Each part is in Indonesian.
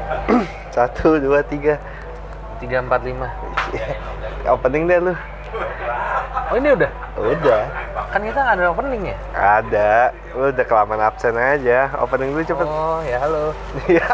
1, 2, 3. 3, 4, 5. Opening deh lu. Oh ini udah? Udah. Kan kita nggak ada opening ya? Ada. Lu udah kelamaan absen aja. Opening dulu cepet. Oh ya halo. Iya.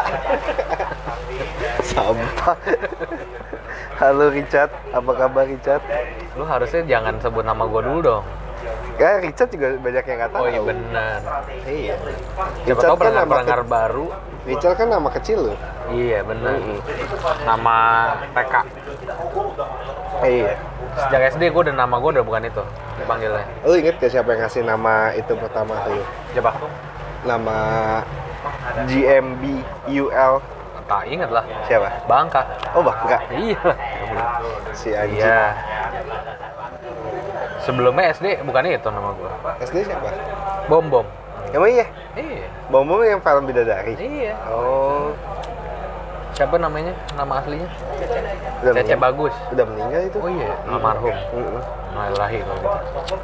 Sampah. Halo Richard, apa kabar Richard? Lu harusnya jangan sebut nama gue dulu dong. Ya Richard juga banyak yang nggak tahu. Oh iya benar. Iya. Siapa tahu pendengar baru. Richard kan nama kecil loh. Iya benar. Nama TK. Iya. Sejak SD gue udah nama gue udah bukan itu dipanggilnya. Lu inget gak siapa yang ngasih nama itu pertama tuh? Coba. Nama GMB UL. Tak inget lah. Siapa? Bangka. Oh Bangka. Iya. Si anjing. Iya. Sebelumnya SD bukan itu nama gue. SD siapa? Bom Bom. Emang iya? Iya. Bom yang film Bidadari? Iya. Oh. Siapa namanya? Nama aslinya? Udah Cece Bagus. Udah meninggal itu? Oh iya, almarhum. Innalillahi kalau gitu.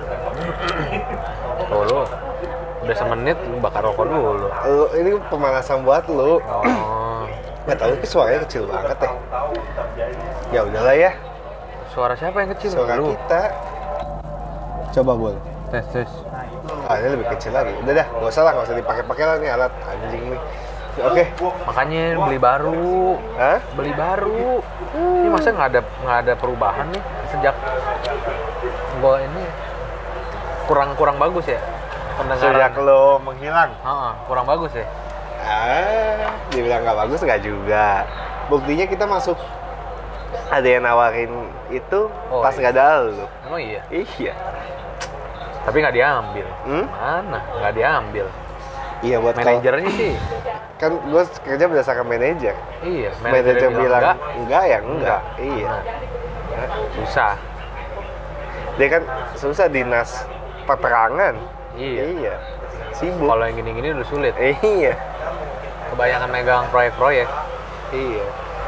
Tuh lu udah semenit lu bakar rokok dulu. Lu ini pemanasan buat lu. Oh. Nggak tahu itu suaranya kecil banget ya. Ya udahlah ya. Suara siapa yang kecil? Suara Lu. kita. Coba gue. Tes. Ah ini lebih kecil lagi. Udah dah, nggak usah dipakai-pakai lah nih alat anjing nih. Oke. Makanya beli baru. Hah? Beli baru. Ini masa nggak ada perubahan nih sejak gua ini kurang bagus ya pendengaran. Sejak lo menghilang. Kurang bagus ya. Dibilang nggak bagus nggak juga. Buktinya kita masuk ada yang nawarin itu pas nggak ada lo. Emang iya? Iya. Tapi nggak diambil. Mana? Nggak diambil. Iya buat manajernya sih. Kan gue kerja berdasarkan manajer. Iya. Manajer bilang enggak ya enggak. Iya. Susah. Dia kan susah dinas peterangan. Iya. Sibuk. Kalau yang gini-gini udah sulit. Iya. Kebanyakan megang proyek-proyek. Iya.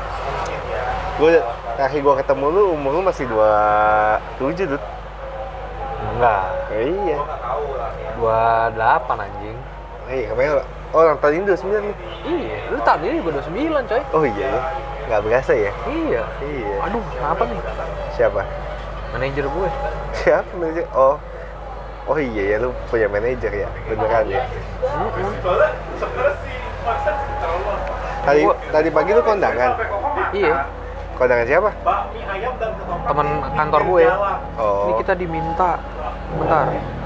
Terakhir gue ketemu lu umur lu masih 27 Dut. Enggak. Iya. 28 anjing. Iya, kemarin orang tahun ini 29 nih. Iya, lu tadi juga 29 coy. Oh iya ya. Nggak berasa ya? Iya. Aduh, kenapa nih? Siapa? Manajer gue. Siapa manajer? Oh iya ya, lu punya manajer ya? Beneran ya? Tadi pagi lu kondangan? Iya. Kondangan siapa? Teman kantor gue. Oh. Ini kita diminta. Bentar.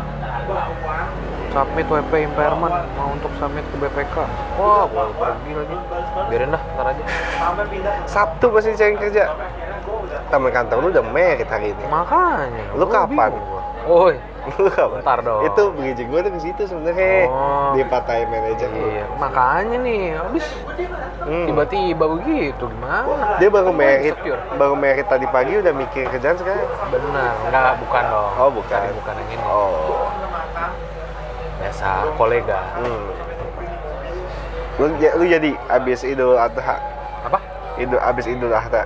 Submit WP impairment, mau untuk submit ke BPK. Wah, baru pergi lagi. Biarin dah, ntar aja. Sabtu masih cari kerja. Temen kantor lu udah merit hari ini. Makanya. Lu kapan? Oi. Lu kapan? Bentar dong. Itu bridging gue tuh ke situ sebenarnya. Dipatahin manajer lu. Iya, makanya nih, habis tiba-tiba begitu gimana? Dia baru merit tadi pagi udah mikir kerjaan sekarang. Benar, enggak bukan dong. Oh, bukan. Bukan yang ini. Oh. Biasa kolega. Lu jadi abis Idul Adha. Apa? Abis Idul Adha.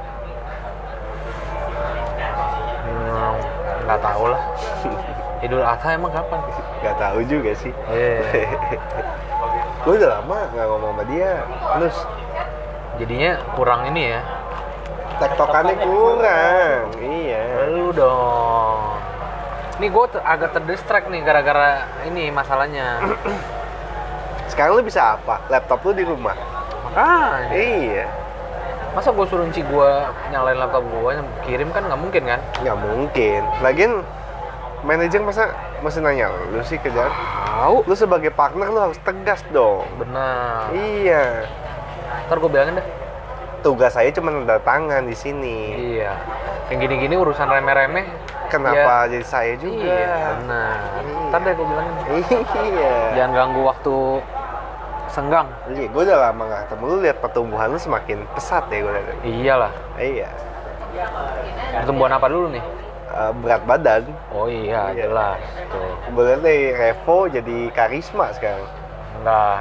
Nggak tahu lah. Idul Adha emang kapan? Nggak tahu juga sih. Yeah. Gue udah lama nggak ngomong sama dia. Terus jadinya kurang ini ya. tektokannya kurang. Iya. Lu dong. Nih gue agak terdistract nih gara-gara ini masalahnya. Sekarang lu bisa apa? Laptop lu di rumah. Makanya. Iya. Masa gue suruh Ci gue nyalain laptop gue kirim kan nggak mungkin kan? Nggak mungkin. Lagian manajer masa masih nanya lu sih kerjaan? Tahu. Lu sebagai partner lu harus tegas dong. Benar. Iya. Ntar gue bilangin dah. Tugas saya cuma tanda tangan di sini. Iya. Yang gini-gini urusan remeh-remeh. Kenapa jadi saya juga? Iya, benar. Ntar deh gue bilangin. Iya. Jangan ganggu waktu senggang. Iya, gue udah lama gak ketemu. Lu lihat pertumbuhan lu semakin pesat ya gue lihat. Iyalah. Iya. Pertumbuhan apa dulu nih? Berat badan. Oh iya, jelas. Tuh. Boleh dari Revo jadi karisma sekarang. Enggak.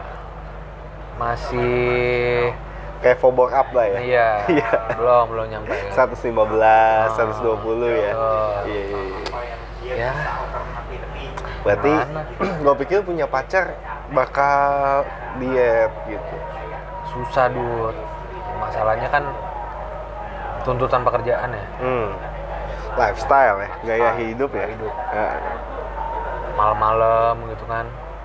Masih Revo bore up lah ya. Iya. Iya. belum nyampe. 115, 120 ya. Iya. Ya. Berarti gue pikir punya pacar bakal diet gitu. Susah, Dut. masalahnya kan tuntutan pekerjaan ya. Lifestyle ya, gaya hidup ya. Malam-malam gitu kan.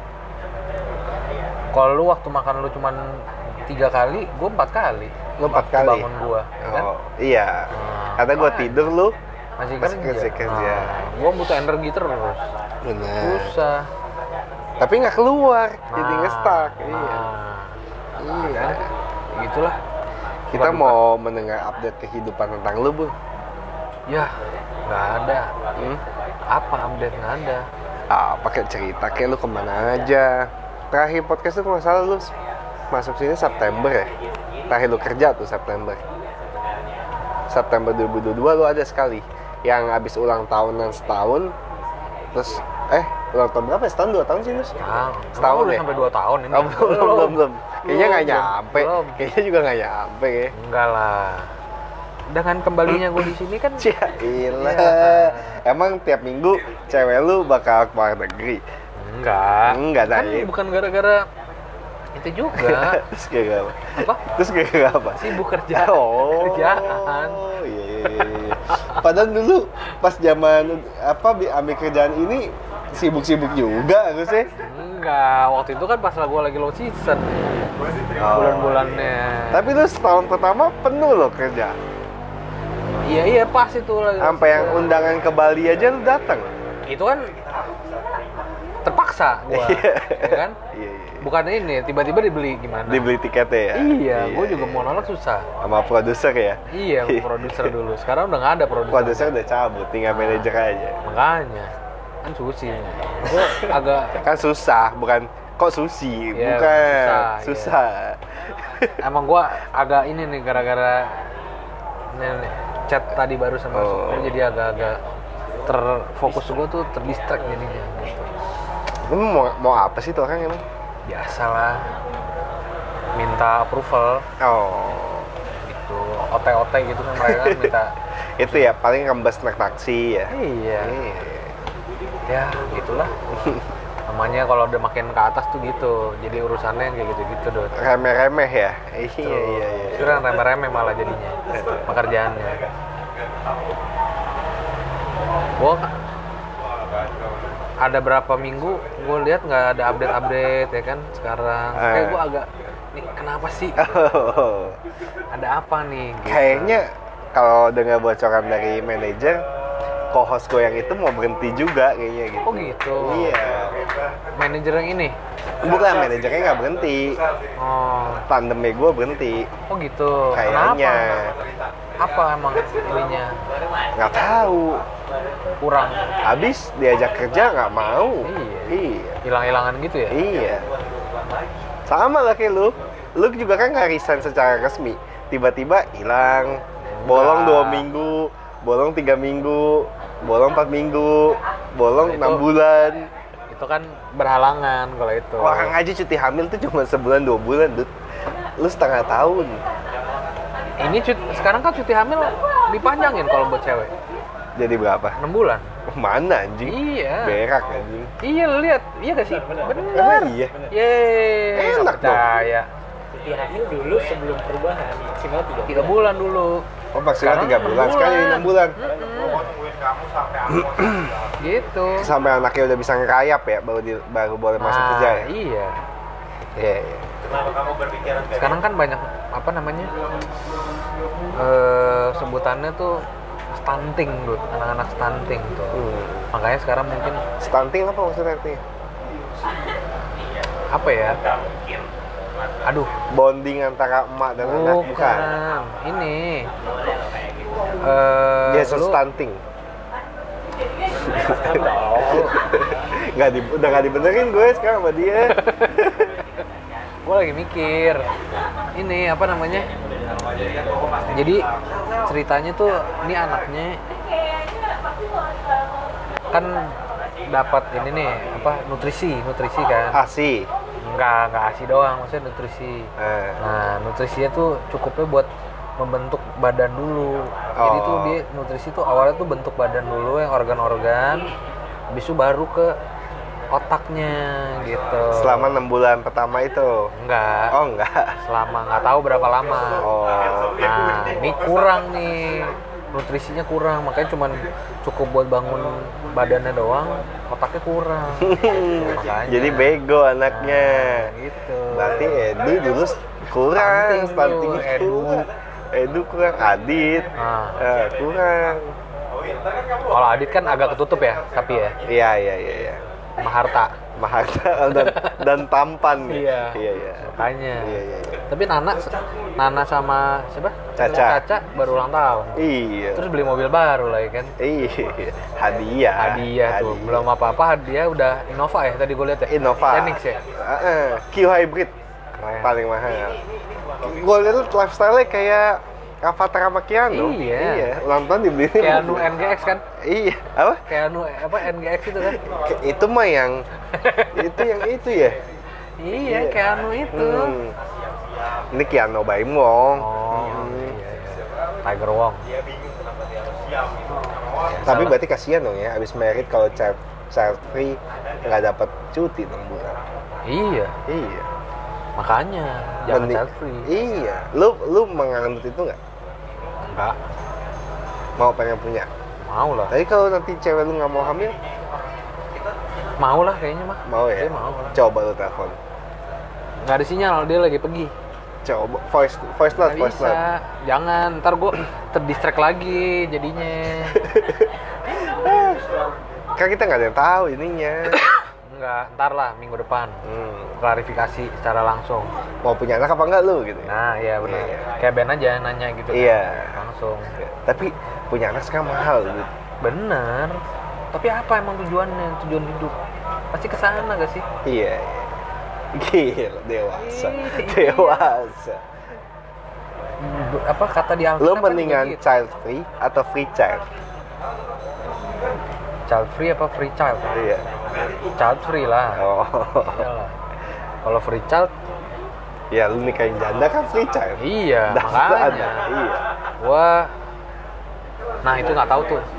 Kalau lu waktu makan lu cuman 3 kali, gue 4 kali. Lu 4 kali? Bangun gue, kan? Iya. Karena gue tidur, lu masih kerja. Gue butuh energi terus. Benar. Susah. Tapi nggak keluar, jadi nge-stuck. Iya. Kan? Gitulah. Kita mau mendengar update kehidupan tentang lu, Bu. Ya, nggak ada. Apa update nggak ada? Pakai cerita kayak lu kemana aja. Terakhir podcast itu masalah lu masuk sini September ya. Terakhir lu kerja tuh September 2022 lu ada sekali yang habis ulang tahunan setahun. Terus ulang tahun berapa ya? Setahun 2 tahun sih lu? Setahun ya? Sampai 2 tahun ini. Belum. Kayaknya nggak nyampe. Kayaknya juga nggak nyampe ya. Enggak lah. Dengan kembalinya gue di sini kan. Gila. Emang tiap minggu cewek lu bakal keluar negeri? Enggak kan tadi. Bukan gara-gara itu juga. Terus gara-gara apa? Apa? Terus gara-gara apa? Sibuk kerja. Kerjaan. Iya. Padahal dulu pas zaman ambil kerjaan ini sibuk-sibuk juga harusnya. Enggak, waktu itu kan pas gue lagi low season. Bulan-bulannya. Tapi lu setahun pertama penuh lo kerja. Iya pas itu lagi. Sampai yang undangan ke Bali aja lu datang. Itu kan terpaksa gua, ya kan? Iya. Bukan ini, tiba-tiba dibeli gimana? Dibeli tiketnya ya? Iya, gua juga mau nolak susah. Sama produser ya? Iya, produser dulu. Sekarang udah nggak ada produser. Produser udah cabut, tinggal manajer aja. Makanya, kan susi. Gua agak kan susah, bukan kok susi, ya, bukan susah. Ya. Emang gua agak ini nih gara-gara nih, chat tadi baru sama jadi agak-agak terfokus gua tuh terdistract jadinya gitu. Lu mau apa sih tuh orang emang? Biasalah, minta approval. Gitu, OT gitu kan mereka kan minta. Itu ya paling rembes naik taksi ya. Iya. Ya gitulah. Namanya kalau udah makin ke atas tuh gitu, jadi urusannya yang kayak gitu-gitu dong. Remeh-remeh ya. Iya. Kurang remeh-remeh malah jadinya pekerjaannya. Gua ada berapa minggu gue lihat nggak ada update ya kan sekarang. Kayak gue agak nih kenapa sih? Ada apa nih? Gitu. Kayaknya kalau dengar bocoran dari manajer, co-host gue yang itu mau berhenti juga kayaknya gitu. Oh gitu. Iya. Manajer yang ini? Bukan, manajernya nggak berhenti. Tandemnya gue berhenti. Oh gitu. Kayaknya. Apa emang ininya? Nggak tahu. Kurang. Habis diajak kerja nggak mau. Iya. Hilang-hilangan gitu ya? Iya. Sama lah kayak lu. Lu juga kan nggak resign secara resmi. Tiba-tiba hilang. Bolong 2 minggu. Bolong 3 minggu. Bolong 4 minggu. Bolong 6 bulan. Itu kan berhalangan kalau itu. Orang aja cuti hamil tuh cuma sebulan 2 bulan, Dut. Lu setengah tahun. Ini sekarang kan cuti hamil dipanjangin kalau buat cewek. Jadi berapa? 6 bulan. Mana anjing? Iya. Berak anjing. Iya, lihat. Iya gak sih? Bener. Iya. Yeay. Enak dong. Cuti hamil dulu sebelum perubahan maksimal 3 bulan dulu. Oh, maksimal 3 bulan. Sekarang 6 bulan. Gitu. Sampai anaknya udah bisa ngerayap ya, baru boleh masuk kerja ya? Iya. Iya. Kenapa kamu berpikiran kayak sekarang kan banyak apa namanya sebutannya tuh stunting tuh, anak-anak stunting tuh. Makanya sekarang mungkin stunting apa maksudnya artinya? Apa ya? Aduh, bonding antara emak dan anak bukan? Ini dia stunting. Udah nggak dibenerin gue sekarang sama dia. Gue lagi mikir ini apa namanya, jadi ceritanya tuh ini anaknya kan dapat ini nih apa nutrisi kan. ASI? Enggak ASI doang, maksudnya nutrisi. Nah nutrisinya tuh cukupnya buat membentuk badan dulu. Jadi tuh dia nutrisi tuh awalnya tuh bentuk badan dulu yang organ-organ, habis itu baru ke otaknya gitu. Selama 6 bulan pertama itu? Enggak. Oh enggak. Selama nggak tahu berapa lama. Oh. Nah, ini kurang nih. Nutrisinya kurang, makanya cuman cukup buat bangun badannya doang, otaknya kurang. Makanya. Jadi bego anaknya. Nah, gitu. Berarti Edu dulu kurang, Stunting lu, Edu kurang, Adit kurang. Kalau Adit kan agak ketutup ya, tapi ya. Iya. Maharta. Mahakta dan tampan. Iya. Makanya. Iya. Tapi Nana sama siapa? Caca baru ulang tahun. Iya. Terus beli mobil baru lagi kan. Iya. Hadiah Tuh. Belum apa-apa hadiah udah Innova ya tadi gue lihat ya. Innova. Xenix ya. Q Hybrid. Keren. Paling mahal. Gue lihat lifestyle-nya kayak Avatar sama Keanu. Iya. Ulang tahun dibeli. Keanu NGX kan? Iya. Apa? Keanu NGX itu kan? Itu mah yang itu ya. Iya, Keanu itu. Ini Keanu Baimong. Iya. Tiger Wong. Tapi berarti kasihan dong ya, abis merit kalau child free nggak dapat cuti 6 bulan. Iya. Makanya jangan child free. Iya. Lu menganut itu nggak? Enggak. Mau pengen punya? Mau lah. Tapi kalau nanti cewek lu nggak mau hamil? Mau lah kayaknya mah. Mau ya? Dia mau lah. Coba lu telepon. Nggak ada sinyal, dia lagi pergi. Coba voice note. Nggak bisa. Jangan, ntar gue terdistract lagi jadinya. Kan kita nggak ada yang tahu ininya. Enggak, ntar lah minggu depan. Klarifikasi secara langsung. Mau punya anak apa enggak lu gitu? Nah, iya benar. Iya. Kayak Ben aja nanya gitu. Iya. Kan. Langsung. Tapi punya anak sekarang mahal gitu. Bener. Tapi apa emang tujuannya? Tujuan hidup? Pasti kesana gak sih? Iya. Gila, dewasa. Iya. Dewasa. Apa kata di Alkitab? Lu kan mendingan begitu. child free atau free child? Child free apa free child? Iya. Child free lah. Oh. Iyalah. Kalau free child, Ya lu nikahin janda kan free child. iya, Daftar makanya. ada. Iya. Nah itu nggak tahu tuh.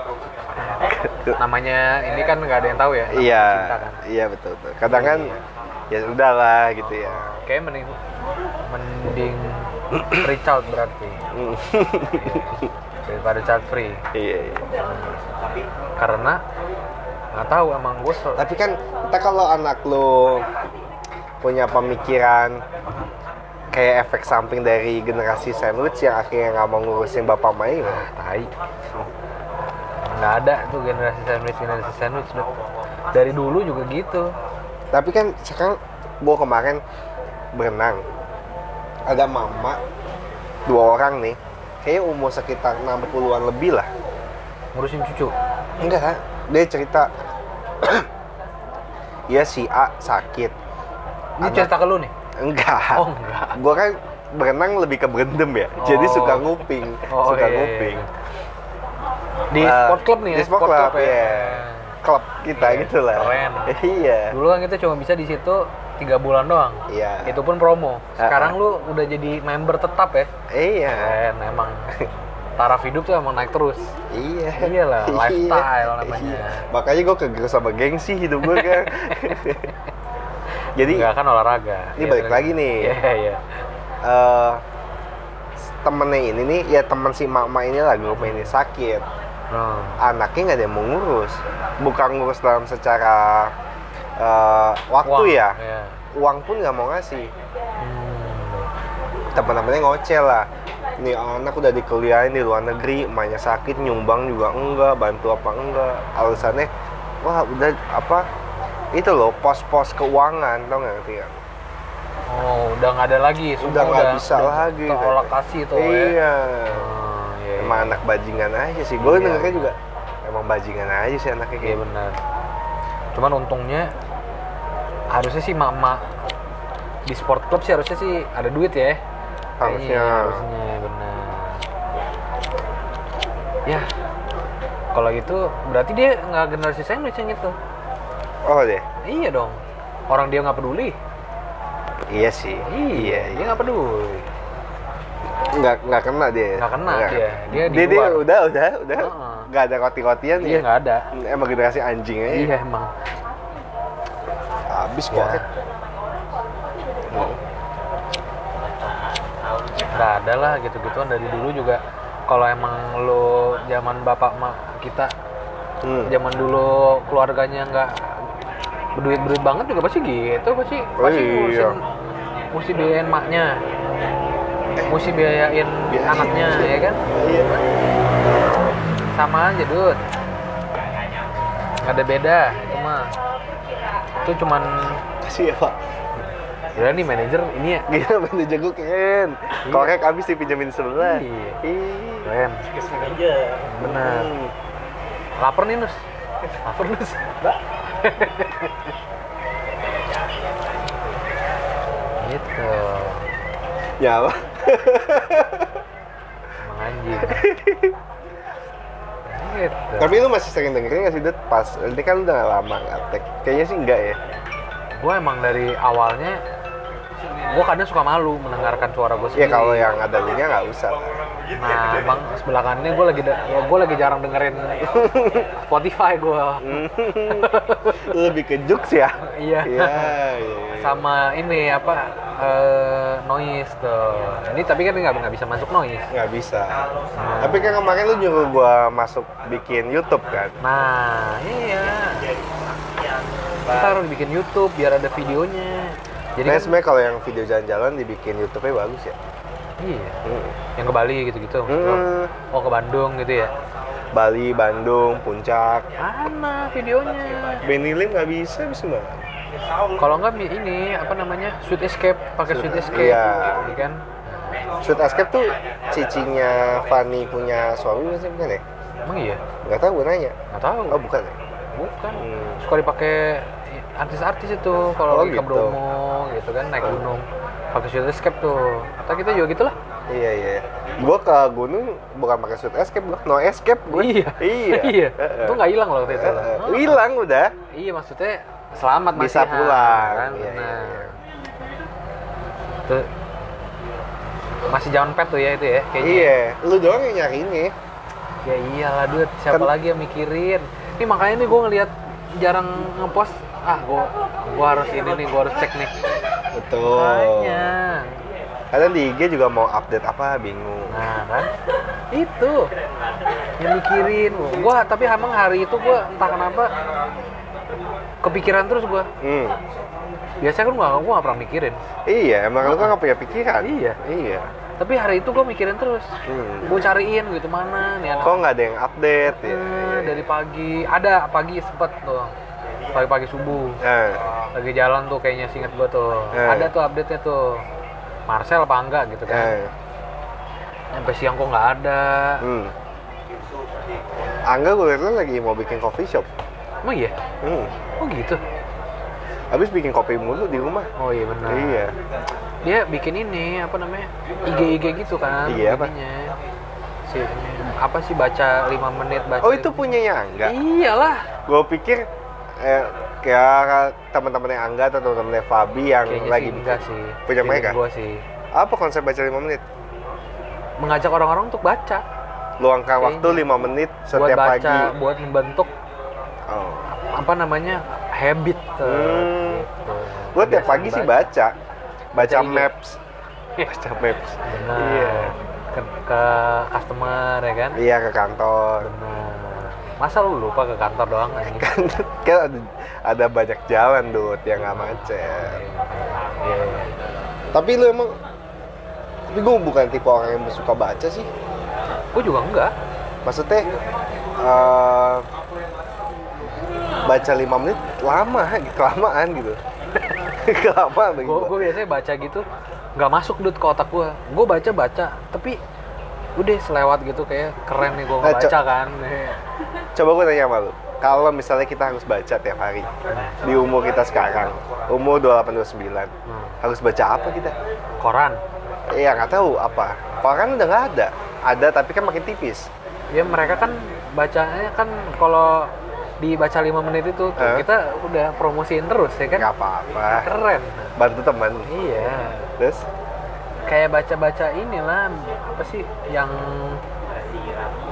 Namanya ini kan nggak ada yang tahu ya. namanya Iya. cinta kan. Iya betul. Kadang kan ya udahlah gitu ya. Kayak mending free child berarti. Daripada child free. Iya. Karena nggak tahu emang gue Tapi kan kita kalau anak lu punya pemikiran kayak efek samping dari generasi sandwich yang akhirnya nggak mau ngurusin bapak mai gimana? tai. Nggak ada tuh generasi sandwich dari dulu juga gitu. Tapi kan sekarang gua kemarin berenang ada mama 2 orang nih kayak umur sekitar 60-an lebih lah. Ngurusin cucu. Enggak, dia cerita ya si A sakit. Ini cerita ke lu nih? Enggak. Oh, enggak. Gua kan berenang lebih ke berendam ya. Jadi Oh. suka nguping. Oh, suka iya, nguping. iya. Di sport club nih ya? Di sport club, ya? ya. Klub kita Iya, gitu lah. keren. Iya. Dulu kan kita cuma bisa di situ 3 bulan doang. Iya. Itu pun promo. Sekarang lu udah jadi member tetap ya? Iya. Keren, emang. Taraf hidup tuh emang naik terus. Iya. Iyalah, Iya. lifestyle namanya. Iya. Makanya gue kegerus sama gengsi hidup gue kan. Jadi Enggak kan olahraga. ini Iya, balik terus. lagi nih. Iya. Temennya ini nih, ya temen si mama ini lah, grupnya ini sakit. Anaknya nggak ada yang mau ngurus. Bukan ngurus dalam secara waktu Uang, ya. iya. Uang pun nggak mau ngasih. Teman-temannya ngoceh lah. Nih anak udah dikuliahin di luar negeri, emaknya sakit, nyumbang juga enggak, bantu apa enggak. Alasannya, wah udah apa, itu loh pos-pos keuangan, tau nggak ngerti ya? Oh, udah nggak ada lagi. Semua Udah nggak bisa lagi. Alokasi tuh ya. Iya. Iya. Emang anak bajingan aja sih. Gue Iya. dengernya juga emang bajingan aja sih anaknya Iya kayak. benar. Cuman untungnya harusnya sih mama di sport club sih harusnya sih ada duit ya. Harusnya. Kayaknya, harusnya benar. Ya. Kalau gitu berarti dia nggak generasi sandwich yang itu. Oh deh. Iya dong. Orang dia nggak peduli. Iya sih. Iya, dia nggak peduli. Nggak kena dia. Nggak kena Nggak. dia di Dia luar. udah. Heeh. Nggak ada roti-rotian Iya ya. nggak ada. Emang generasi anjing aja. Iya emang. habis Ya. korek. Nggak ada lah gitu-gituan dari dulu juga. Kalau emang lo zaman bapak mak kita zaman dulu keluarganya nggak berduit banget juga pasti gitu, pasti iya. mesti biayain maknya, mesti biayain anaknya, ya kan? Iya. Sama aja, Dut. Nggak ada beda itu mah. Itu cuman Kasih ya, Pak. ya nih manajer ini ya. Gila, manajer gue keren. Korek habis dipinjemin sebelah. Iya. Ih. Keren. Kesini aja. Benar. Laper nih, Nus. Laper, Nus. Gitu. Ya apa? Emang anjing. Gitu. Tapi lu masih sering dengerin nggak sih, Dut? Pas, ini kan udah lama ngetek. Kayaknya sih enggak ya. Gue emang dari awalnya gue kadang suka malu mendengarkan suara gue Ya sendiri. kalau yang ada linknya nggak usah. Nah, bang sebelah kanan ini gue lagi jarang dengerin Spotify gue. Lu lebih ke jokes ya? Iya. Iya. Sama ini apa noise tuh. Ini tapi kan nggak bisa masuk noise. Nggak bisa. Tapi kan kemarin lu nyuruh gua masuk bikin YouTube kan? Nah, iya. Kita harus bikin YouTube biar ada videonya. Jadi Nah, kan, sebenarnya kalau yang video jalan-jalan dibikin YouTube-nya bagus ya. iya. Yang ke Bali gitu-gitu. Oh, ke Bandung gitu ya. Bali, Bandung, Puncak. Mana videonya? Benny Lim nggak bisa banget. Kalau nggak ini apa namanya? Sweet Escape, pakai Sweet Escape. Iya. Iya kan? Sweet Escape tuh cicinya Fanny punya suami bukan ya? Emang iya? Nggak tahu, gue nanya. Nggak tahu. Oh, bukan ya? Bukan. Suka dipakai artis-artis itu kalau Oh, lagi ke gitu. Bromo gitu kan, naik gunung. Pakai Sweet Escape tuh. Atau kita juga gitulah. Iya, iya. Gua ke gunung bukan pakai Sweet Escape, gua no escape gue. Iya. Iya. Iya. Itu nggak hilang loh waktu itu. Hilang udah. Iya, maksudnya selamat masih Bisa pulang. kan? Iya, Nah. iya. Tuh masih zaman pet tuh ya itu ya kayaknya. Iya, lu doang yang nyari ini. Ya iyalah, Dut. Siapa Kan- lagi yang mikirin? Ini makanya nih gue ngelihat jarang ngepost. Gue harus ini nih, gue harus cek nih. Betul. Makanya. Kadang di IG juga mau update apa, bingung. Nah kan, itu yang mikirin. Gua tapi emang hari itu gua entah kenapa kepikiran terus gua. Biasanya kan gua nggak pernah mikirin. Iya, emang lu kan nggak punya pikiran. Iya. Iya. Tapi hari itu gua mikirin terus. Gua cariin gitu mana nih anak. Kok nggak ada yang update ya? Dari pagi ada pagi sempet tuh. Pagi-pagi subuh. Lagi jalan tuh kayaknya seinget gua tuh. Ada tuh update-nya tuh. Marcel apa enggak gitu kan. Sampai siang kok nggak ada. Angga gue liat lagi mau bikin coffee shop. Emang iya? Oh gitu? Habis bikin kopi mulu di rumah. Oh iya benar. Iya. Dia bikin ini apa namanya? IG gitu kan. Iya, apa? ininya. Apa sih baca 5 menit baca. Oh, itu punyanya Angga? Iyalah. Gue pikir kayak teman-temannya Angga atau teman-temannya Fabi yang Kayaknya lagi sih enggak sih. punya Feeling mereka. Gua sih Apa konsep baca 5 menit? mengajak orang-orang untuk baca. Luangkan Kayaknya. waktu 5 menit Buat setiap baca, pagi. buat membentuk Oh. apa namanya? Habit. Gitu. Gue tiap Kebiasaan pagi sih baca Baca IG. maps. Baca maps. Benar. Iya. Ke customer ya kan? Iya, ke kantor. Benar. Masa lu lupa ke kantor doang anjing? Kan ada banyak jalan Dut yang nggak macet. Iya. Tapi lu emang, tapi gue bukan tipe orang yang suka baca sih. Gue juga enggak. Maksudnya baca 5 menit lama, kelamaan gitu. Kelamaan bagi Gue gua. biasanya baca gitu nggak masuk Dut ke otak gue. Gue baca tapi udah selewat gitu kayak keren nih gue Nah, ngebaca kan. Coba gue tanya sama lu, kalau misalnya kita harus baca tiap hari di umur kita sekarang, umur 28-29, harus baca apa kita? Koran. Iya, nggak tahu apa. Koran udah nggak ada. Ada tapi kan makin tipis. Ya mereka kan bacanya kan kalau dibaca 5 menit itu tuh, kita udah promosiin terus ya kan. Nggak apa-apa. Keren. Bantu teman. Iya. Terus? Kayak baca-baca inilah apa sih yang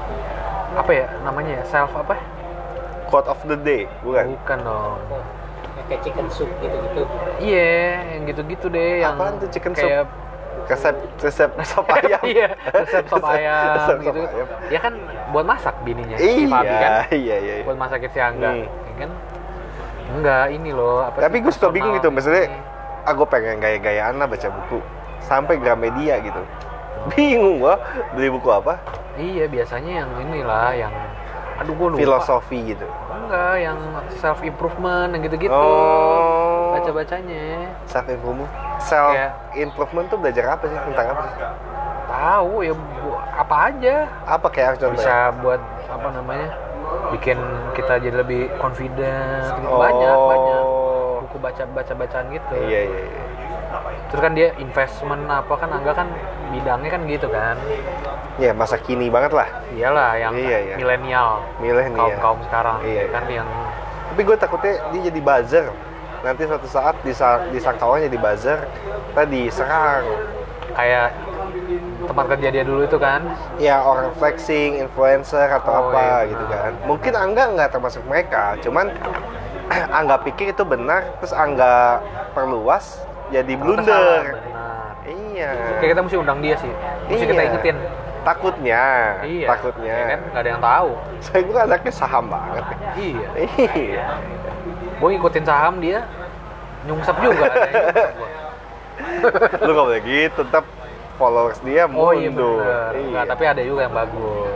apa ya namanya ya, self apa? Quote of the day, bukan? Bukan dong. yang kayak chicken soup gitu-gitu. Iya, yang gitu-gitu deh. Apaan tuh chicken kayak soup? Resep sop ayam. Iya, resep sop ayam Resep sop gitu. ayam. Ya kan buat masak bininya si Fabi kan. Iya. Buat masakin si Angga. Ya kan? Enggak, ini loh. Tapi gue suka bingung gitu, maksudnya ini. aku pengen gaya-gayaan lah baca buku sampai Gramedia gitu. Bingung gua beli buku apa? Iya, biasanya yang inilah yang aduh gue lupa. Filosofi gitu. Enggak, yang self improvement yang gitu-gitu. Oh. Baca-bacanya. Self improvement tuh belajar apa sih? Tentang apa sih? Tahu ya apa aja. Apa kayak contohnya? Bisa buat apa namanya? Bikin kita jadi lebih confident gitu. Oh. Banyak buku bacaan gitu. Iya. Terus kan dia investment apa kan Angga kan bidangnya kan gitu kan. Iya, masa kini banget lah. Iyalah yang Iya. milenial kaum sekarang Iya. kan yang Tapi gue takutnya dia jadi buzzer. Nanti suatu saat disangkawan jadi buzzer, tadi diserang. kayak tempat kerja dia dulu itu kan. Ya orang flexing, influencer atau apa iya, gitu kan. Mungkin Angga nggak termasuk mereka, cuman Angga pikir itu benar, terus Angga perluas jadi blunder. Benar. Iya. Kayak kita mesti undang dia sih. Mesti kita ingetin. Takutnya. Ya kan nggak ada yang tahu. Saya gue anaknya saham banget. Iya. Iya. Gue ngikutin saham dia nyungsep juga. Ada yang nyungsep gua. Lu nggak boleh gitu, tetap followers dia Oh iya mundur. bener. Nggak, tapi ada juga yang bagus.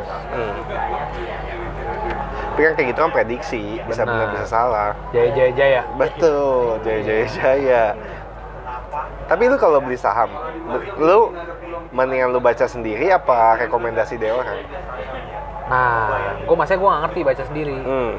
Tapi kan kayak gitu kan prediksi, bisa benar bisa salah. Jaya. Betul, jaya. Tapi lu kalau beli saham, lu mendingan lu baca sendiri apa rekomendasi dari orang? Nah, gue nggak ngerti baca sendiri.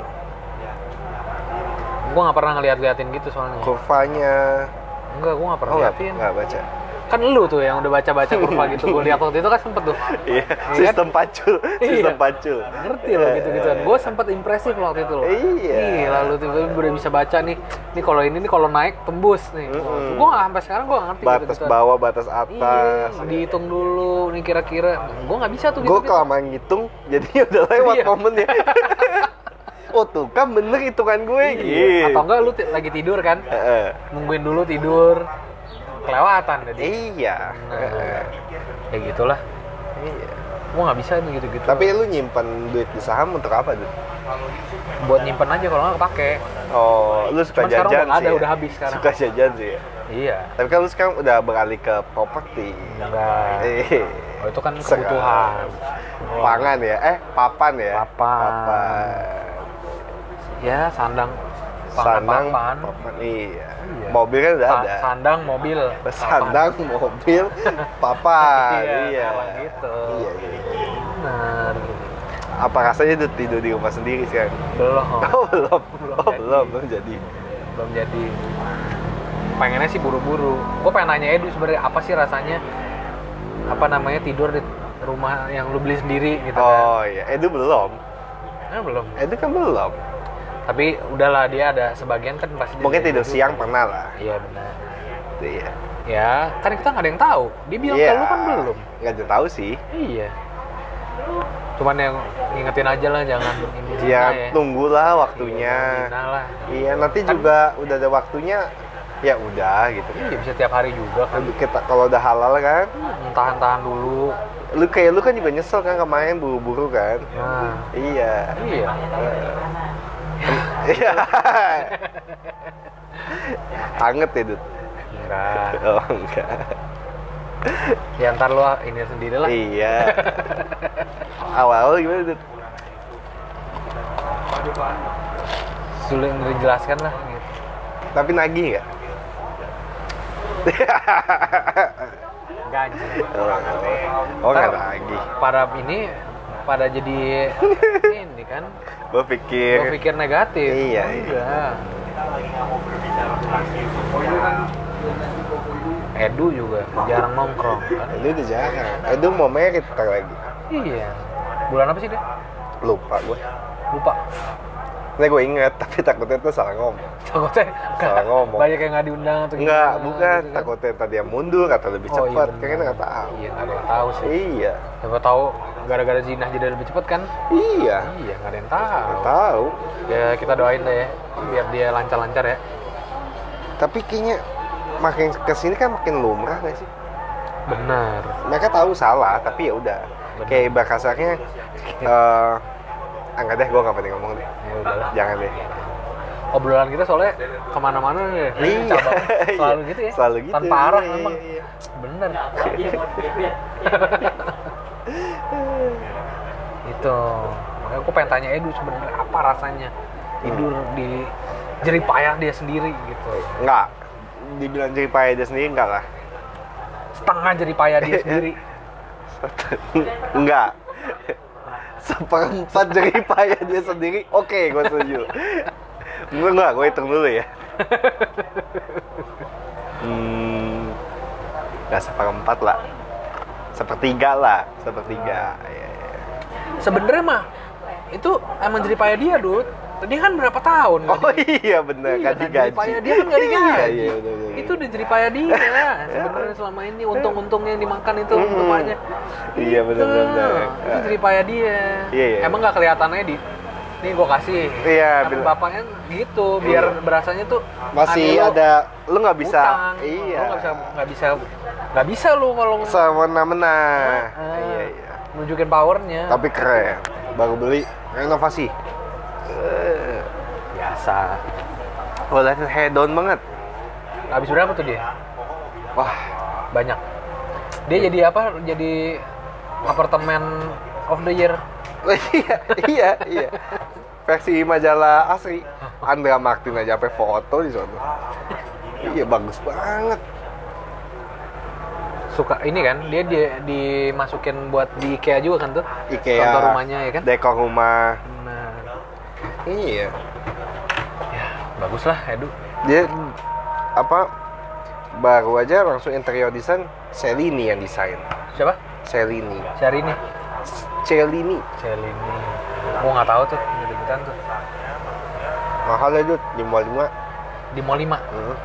Gue nggak pernah ngeliatin gitu soalnya. Kurvanya. Enggak, gue nggak pernah liatin. Nggak baca. Kan lu tuh yang udah baca kurva gitu. Gue lihat waktu itu kan sempet tuh. Iya, sistem pacul. Ngerti loh gitu-gituan. Gue sempet impresif waktu itu loh. Iya. Lalu tiba-tiba gue udah bisa baca nih. Nih kalau ini nih kalau naik tembus nih. Gue nggak sampai sekarang gue nggak ngerti. Batas gitu-gituan. bawah, batas atas. Iya, dihitung dulu nih kira-kira. Gue nggak bisa tuh. Gue kelamaan ngitung, jadinya udah lewat momennya. Oh tuh kan bener hitungan gue gitu. Atau enggak lu lagi tidur kan? Nungguin dulu tidur. Kelewatan jadi. Iya. Ya gitulah. Iya. Gue nggak bisa nih gitu-gitu. Tapi lu nyimpan duit di saham untuk apa tuh? Buat nyimpen aja kalau nggak kepake. Oh, lu suka Cuman jajan sekarang sih? ada, Ya? udah habis sekarang. Suka jajan sih ya? Iya. Tapi kan lu sekarang udah beralih ke properti. Enggak. Oh itu kan Sekarang. kebutuhan. Pangan ya? Papan ya? Papan. Ya sandang. Sandang, Papan. Iya. Iya. Mobil kan udah ada. Sandang, mobil. Sandang, mobil, papan. Iya. Gitu. Iya. Benar. Apa rasanya tuh tidur di rumah sendiri sekarang? Belum. Belum jadi. Belum jadi. Pengennya sih buru-buru. Gue pengen nanya Edu sebenarnya apa sih rasanya tidur di rumah yang lu beli sendiri gitu kan. Oh iya, Edu belum. Belum. Edu kan belum. Tapi udahlah dia ada sebagian kan pasti. Mungkin tidur siang pernah lah. Iya benar. Iya. Ya, kan kita nggak ada yang tahu. Dia bilang ke lu kan belum. Nggak ada tahu sih. Iya. Cuman yang ngingetin aja lah jangan ini. Ya, tunggulah waktunya. Lah. Iya, nanti kan juga udah ada waktunya. Ya udah gitu. Iya, bisa tiap hari juga kan. Kita kalau udah halal kan. Tahan-tahan dulu. Lu kan juga nyesel kan kemarin buru-buru kan. Nah. Iya. Iya. Anget ya, Dut? Enggak. Oh, enggak. Ya ntar lu ini sendiri lah. Iya. Awal gimana, Dut? Sulit dijelaskan lah gitu. Tapi nagih nggak? Gaji. Oh, nggak nagih. Pada jadi ini kan. Gue pikir negatif. Iya. Enggak. Edu juga jarang nongkrong kan. Edu udah jarang. Edu mau merit ntar lagi. Iya. Bulan apa sih dia? Lupa gue. Lupa. Gue inget, tapi takutnya tuh salah ngomong. Takutnya Salah ngomong. banyak yang nggak diundang atau Enggak, gimana, bukan. gitu kan. Takutnya tadi yang mundur atau lebih cepat. Iya, Kayaknya nggak tahu. Iya, nggak ada yang tahu sih. Iya. Siapa tahu gara-gara Zinah jadi lebih cepat kan? Iya. Iya, nggak ada yang tahu. Nggak tahu. Ya kita doain deh ya, biar dia lancar-lancar ya. Tapi kayaknya makin kesini kan makin lumrah nggak sih? Benar. Mereka tahu salah, tapi ya udah. Kayak ibarat kasarnya, enggak deh, gue nggak pengen ngomong deh. Ya udahlah. Jangan deh. Obrolan kita soalnya kemana-mana nih. Iya. Selalu gitu ya. Selalu gitu. Tanpa arah iya, memang. iya. Bener. Itu. Makanya aku pengen tanya Edu sebenarnya apa rasanya tidur di jerih payah dia sendiri gitu. Enggak. Dibilang jerih payah dia sendiri enggak lah. Setengah jerih payah dia sendiri. Enggak. Seperempat jerih payah dia sendiri. Oke, gue setuju. Gue hitung dulu ya. Nggak seperempat lah. Sepertiga lah. Sepertiga. Ya. Sebenarnya mah itu emang jerih payah dia, Dut. Tadi kan berapa tahun? Oh iya benar, iya, ganti jerih gaji. payah dia kan nggak digaji. Iya, bener. Itu di jerih payah dia. Sebenarnya selama ini untung-untungnya yang dimakan itu bapaknya. Iya benar. Itu jerih payah dia. Iya. Emang nggak kelihatannya di nih gue kasih. Iya. Tapi bapaknya gitu, biar berasanya tuh masih ada. Lu nggak bisa. Utang. Iya. Lu nggak bisa lu kalau semena-mena. Iya. Nunjukin powernya. Tapi keren. Baru beli renovasi. Biasa. Oh, lihat hedon banget. Habis berapa tuh dia? Wah, banyak. Dia jadi apa? Jadi apartemen of the year. iya. Versi majalah asli. Andra Martin aja sampai foto di sana. Iya, bagus banget. Suka ini kan, dia dimasukin buat di IKEA juga kan tuh? IKEA. Contoh rumahnya ya kan? Dekor rumah. Nah. Iya. Ya, bagus lah Edu. Dia apa? Baru aja langsung interior design Cellini yang desain. Siapa? Cellini. Syahrini. Cellini. Gua nggak tahu tuh, debutan tuh. Mahal ya, Dut, di Mall 5. Di Mall 5.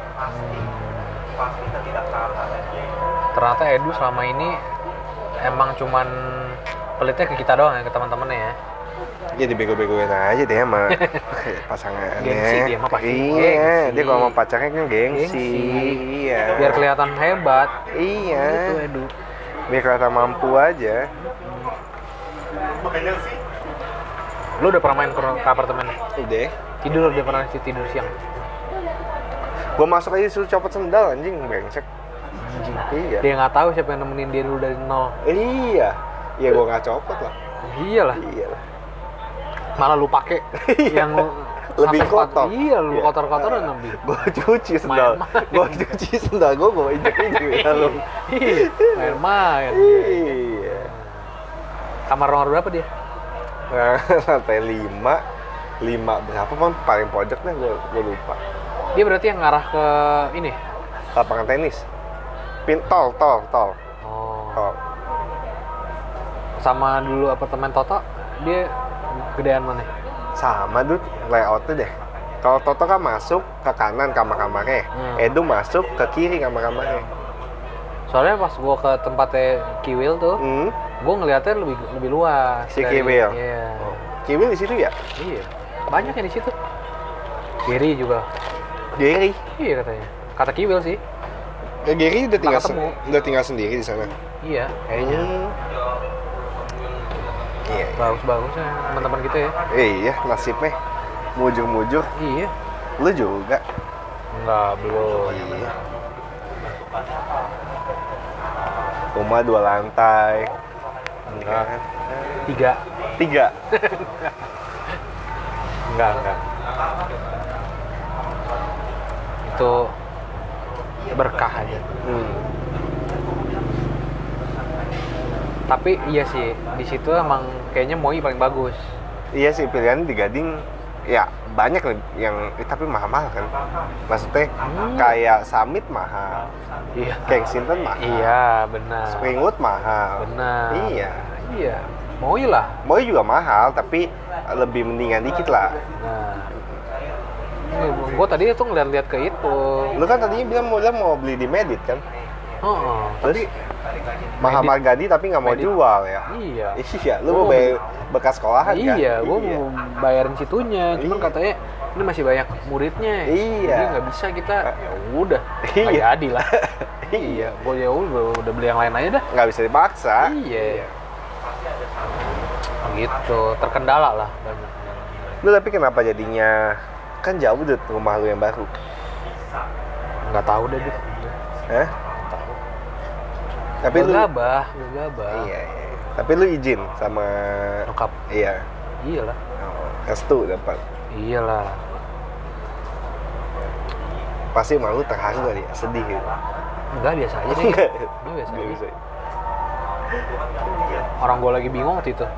Ternyata Edu selama ini emang cuman pelitnya ke kita doang ya, ke teman-temannya ya. Ya dibego-begoin aja deh sama pasangannya. Gengsi dia mah pasti. Iya, Gengsi. dia kalau mau pacarnya kan gengsi. Iya. Biar kelihatan hebat. Iya. Gitu Edu. Biar kelihatan mampu aja. Lu udah pernah main ke apartemen? Udah. Udah pernah tidur siang? Gua masuk aja disuruh copot sendal anjing, brengsek. Anjing. Iya. Dia nggak tahu siapa yang nemenin dia dulu dari nol. Iya. Iya, gua nggak copot lah. Iyalah. Iyalah. Malah lu pakai yang lebih sampai kotor. Iya, lu Iya. kotor-kotoran lebih. Gua cuci sendal. Gua injek ya lu. Main-main. Iya. Kamar nomor berapa dia? Nah, lantai 5 berapa pun paling pojok deh, gue lupa. Dia berarti yang ngarah ke ini? Lapangan tenis. Tol. Oh. Sama dulu apartemen Toto, dia gedean mana? Sama, Dut, layoutnya deh. Kalau Toto kan masuk ke kanan kamar-kamarnya, Edu masuk ke kiri kamar-kamarnya. Soalnya pas gua ke tempatnya Kiwil tuh, gua ngeliatnya lebih luas. Si Kiwil. Iya. Oh. Kiwil di situ ya? Iya. Banyak yang di situ. Giri juga. Gary. Iya katanya. Kata Kiwil sih. Gary udah tinggal sendiri di sana. Iya, kayaknya. Iya. Bagus-bagus ya teman-teman kita ya. Iya, nasibnya mujur-mujur. Iya. Lu juga? Enggak, belum. Iya. Rumah 2 lantai. Enggak. 3. Enggak. Itu berkah aja. Tapi iya sih, di situ emang kayaknya Moi paling bagus. Iya sih, pilihan di Gading ya banyak yang tapi mahal-mahal kan. Maksudnya kayak Summit mahal. Iya. Kensington mahal. Iya, benar. Springwood mahal. Benar. Iya. Moi lah. Moi juga mahal, tapi lebih mendingan dikit lah. Nah. Gue tadi tuh ngeliat-liat ke itu. Lu kan tadinya bilang mau beli di Medit kan? Oh, tapi Mahamagadi tapi nggak mau jual ya. Iya, lu mau bayar bekas sekolahan kan? Iya, gua mau bayarin situnya, cuman katanya ini masih banyak muridnya. Iya. Jadi nggak bisa kita. Ya udah, nggak jadi lah. Iya, gua ya udah beli yang lain aja dah. Nggak bisa dipaksa. Iya. Gitu, terkendala lah banyak. Lu tapi kenapa jadinya kan jauh deh rumah lu yang baru? Nggak tahu deh. Hah? Tapi lu gabah. Iya. Tapi lu izin sama nyokap. Iya. Iyalah. Restu dapat. Iyalah. Pasti malu terharu kali ya, sedih gitu. Enggak, biasa aja deh. Enggak biasa aja. Orang gue lagi bingung waktu itu.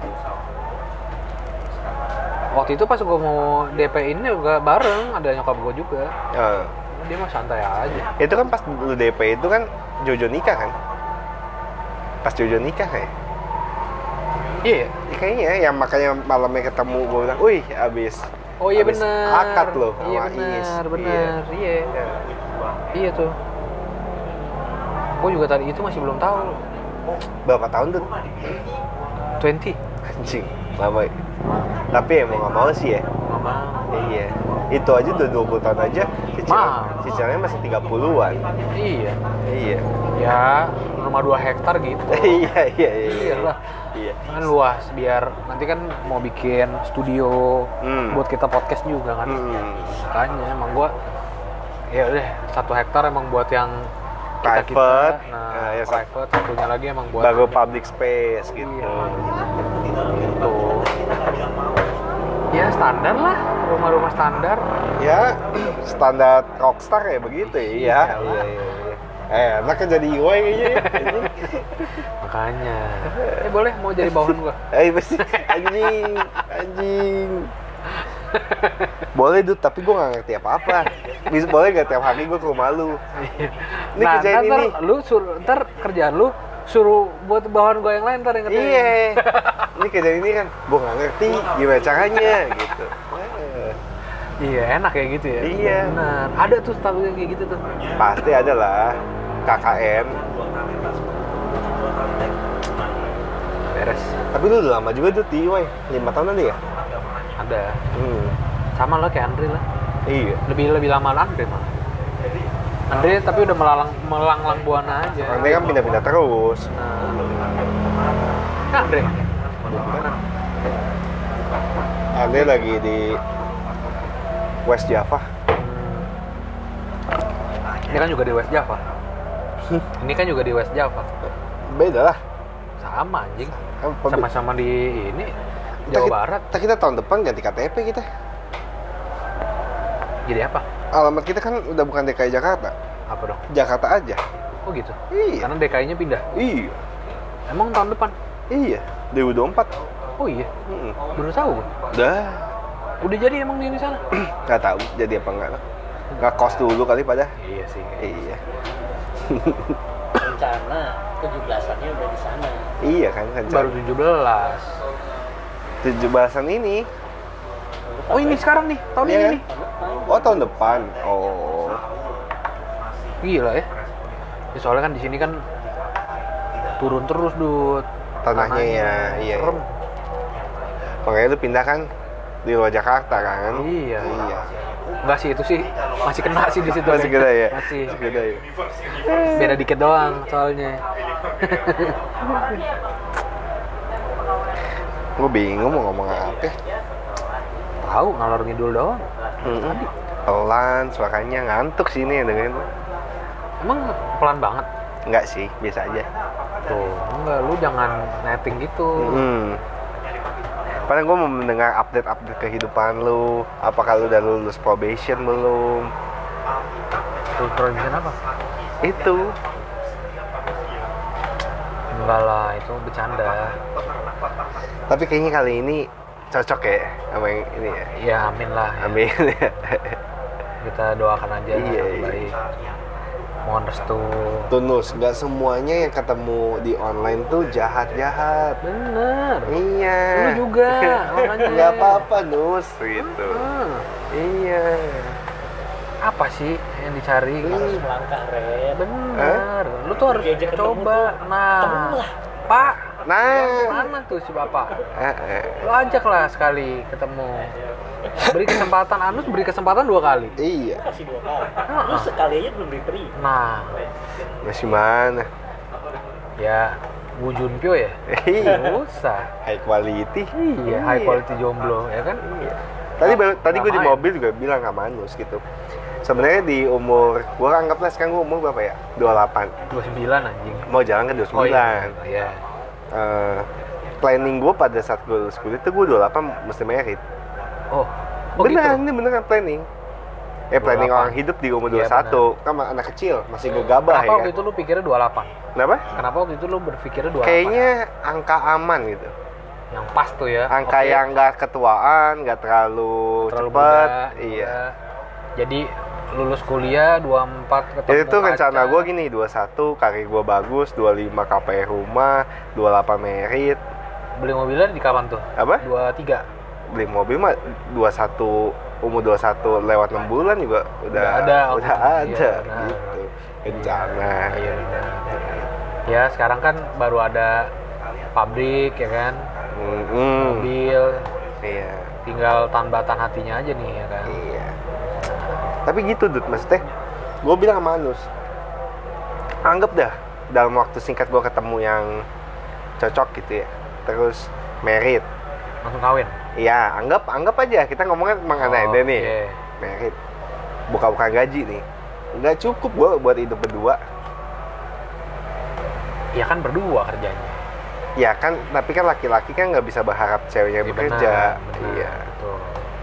Waktu itu pas gue mau DP ini juga bareng, ada nyokap gue juga. Dia mah santai aja. Itu kan pas lu DP itu kan Jojo nikah kan? Pas Jojo nikah ya? Iya. Kayaknya yang makanya malamnya ketemu gue bilang, wih abis. Oh iya benar. Akad loh iya, sama Iis. Benar. Iya tuh. Gue juga tadi itu masih belum tahu. Berapa tahun tuh? 20. Anjing, lama. Tapi ya mau nggak mau sih ya. Nggak mau. Iya. Itu aja udah 20 tahun aja. Cicilannya masih 30-an. Iya. Ya, rumah 2 hektar gitu. Iya lah. Iya. Kan luas biar nanti kan mau bikin studio buat kita podcast juga kan. Makanya emang gua ya udah 1 hektar emang buat yang private. Ya private, satunya lagi emang buat baru public space gitu. Gitu. Ya standar lah, rumah-rumah standar. Ya, standar rockstar ya begitu ya. Iya. Enak kan jadi gue kayaknya. Makanya. Boleh mau jadi bawahan gua. Pasti anjing. Boleh Dut, tapi gue gak ngerti apa-apa. Boleh gak tiap hari gue ke rumah lu? Ini kerjaan ini. Ntar kerjaan lu suruh buat bawahan gue yang lain ntar yang ngerti. Iya. Ini kerjaan ini kan gue gak ngerti gimana caranya gitu. Iya enak kayak gitu ya. Iya. Benar. Ada tuh staff yang kayak gitu tuh. Pasti ada lah. KKN. Beres. Tapi lu udah lama juga tuh di UI. 5 tahun ada ya? Ada. Sama lah kayak Andre lah. Iya. Lebih lama Andre mah. Andre tapi udah melanglang buana aja. Andre kan pindah-pindah terus. Andre. Andre lagi di West Java. Ini kan juga di West Java. Ini kan juga di West Java. Beda lah. Sama anjing. Sama-sama di ini Jawa Barat. Kita tahun depan ganti KTP kita. Jadi apa? Alamat kita kan udah bukan DKI Jakarta. Apa dong? Jakarta aja. Oh gitu? Iya. Karena DKI-nya pindah? Iya. Emang tahun depan? Iya. 2024. Oh iya? Baru tahu gue. Udah jadi emang di sana? Gak tahu jadi apa enggak. Nggak kos dulu kali pada. Iya sih. Iya. Rencana 17-annya udah di sana. Iya kan baru 17. 17-an ini. Oh ini sekarang nih, tahun ini nih. Oh tahun depan. Oh. Gila ya. Soalnya kan di sini kan turun terus Dut. Tanahnya ya, iya. Serem. Makanya lu pindah kan di luar Jakarta kan? Iya. Enggak sih itu sih masih kena sih di situ. Masih kena ya? Masih kena ya. Beda dikit doang soalnya. Gue bingung mau ngomong apa. Tahu ngalor ngidul doang. Pelan, suaranya ngantuk sih ini dengerin. Emang pelan banget? Enggak sih, biasa aja. Tuh, enggak, lu jangan netting gitu. Padahal gue mau mendengar update kehidupan lu. Apakah lu udah lulus probation belum? Lulus probation apa? Itu. Enggak lah, itu bercanda. Tapi kayaknya kali ini cocok ya sama yang ini ya? Ya amin lah. Amin ya. Kita doakan aja iya. Baik. Mohon restu. Tunus, nggak semuanya yang ketemu di online tuh jahat-jahat. Bener. Iya. Lu juga, makanya. Nggak apa-apa, Nus. Gitu. Iya. apa sih yang dicari? Harus melangkah, Ren. Bener, lu tuh harus Diajak coba. ketemu Nah, lah. Pak, Nah, mana tuh si bapak? Lu ajak lah sekali ketemu. Beri kesempatan, Anus beri kesempatan 2 kali. iya. Kasih 2 kali. Lu sekali aja belum diterima. Nah, Masih mana? ya Bu Junpyo ya? Iya. Nggak usah. High quality. Iya, high quality jomblo, ya kan? Iya. Tadi gue di Ngapain? mobil juga bilang sama Anus gitu. Sebenarnya di umur, gue anggaplah sekarang gue umur berapa ya? 28. 29 anjing. Mau jalan ke 29. Oh iya. Iya. Planning gue pada saat gue lulus kuliah itu gue 28 mesti merit. Oh Beneran, gitu? ini beneran planning. Planning 28. orang hidup di umur Iya, 21. Kan anak kecil, masih gue gabah Kenapa ya waktu kan? itu lu pikirnya 28? Kenapa? Kenapa waktu itu lu berpikirnya 28? Kayaknya angka aman gitu. yang pas tuh ya. Angka Oke. yang nggak ketuaan, nggak terlalu Terlalu cepet. muda, Iya. muda. Jadi lulus kuliah 24 ketemu Itu rencana kaca. gue gini, 21 karir gue bagus, 25 KPR rumah, 28 merit. Beli mobilnya di kapan tuh? Apa? 23. Beli mobil mah 21, umur 21 lewat 6 bulan juga udah ada. udah Iya, ada benar. gitu. Rencana. Iya benar. Ya sekarang kan baru ada pabrik ya kan, mobil, Iya. tinggal tambatan hatinya aja nih ya kan. Iya. Tapi gitu Dut, maksudnya gue bilang sama Anus, anggap dah dalam waktu singkat gue ketemu yang cocok gitu ya, terus merit. Langsung kawin. Iya, anggap aja kita ngomongnya mengenai Oh, deh nih. oke. Merit. Buka-buka gaji nih. Nggak cukup gue buat hidup berdua. Ya kan berdua kerjanya. Ya kan, tapi kan laki-laki kan nggak bisa berharap ceweknya Iya, bekerja. benar. Iya. Betul.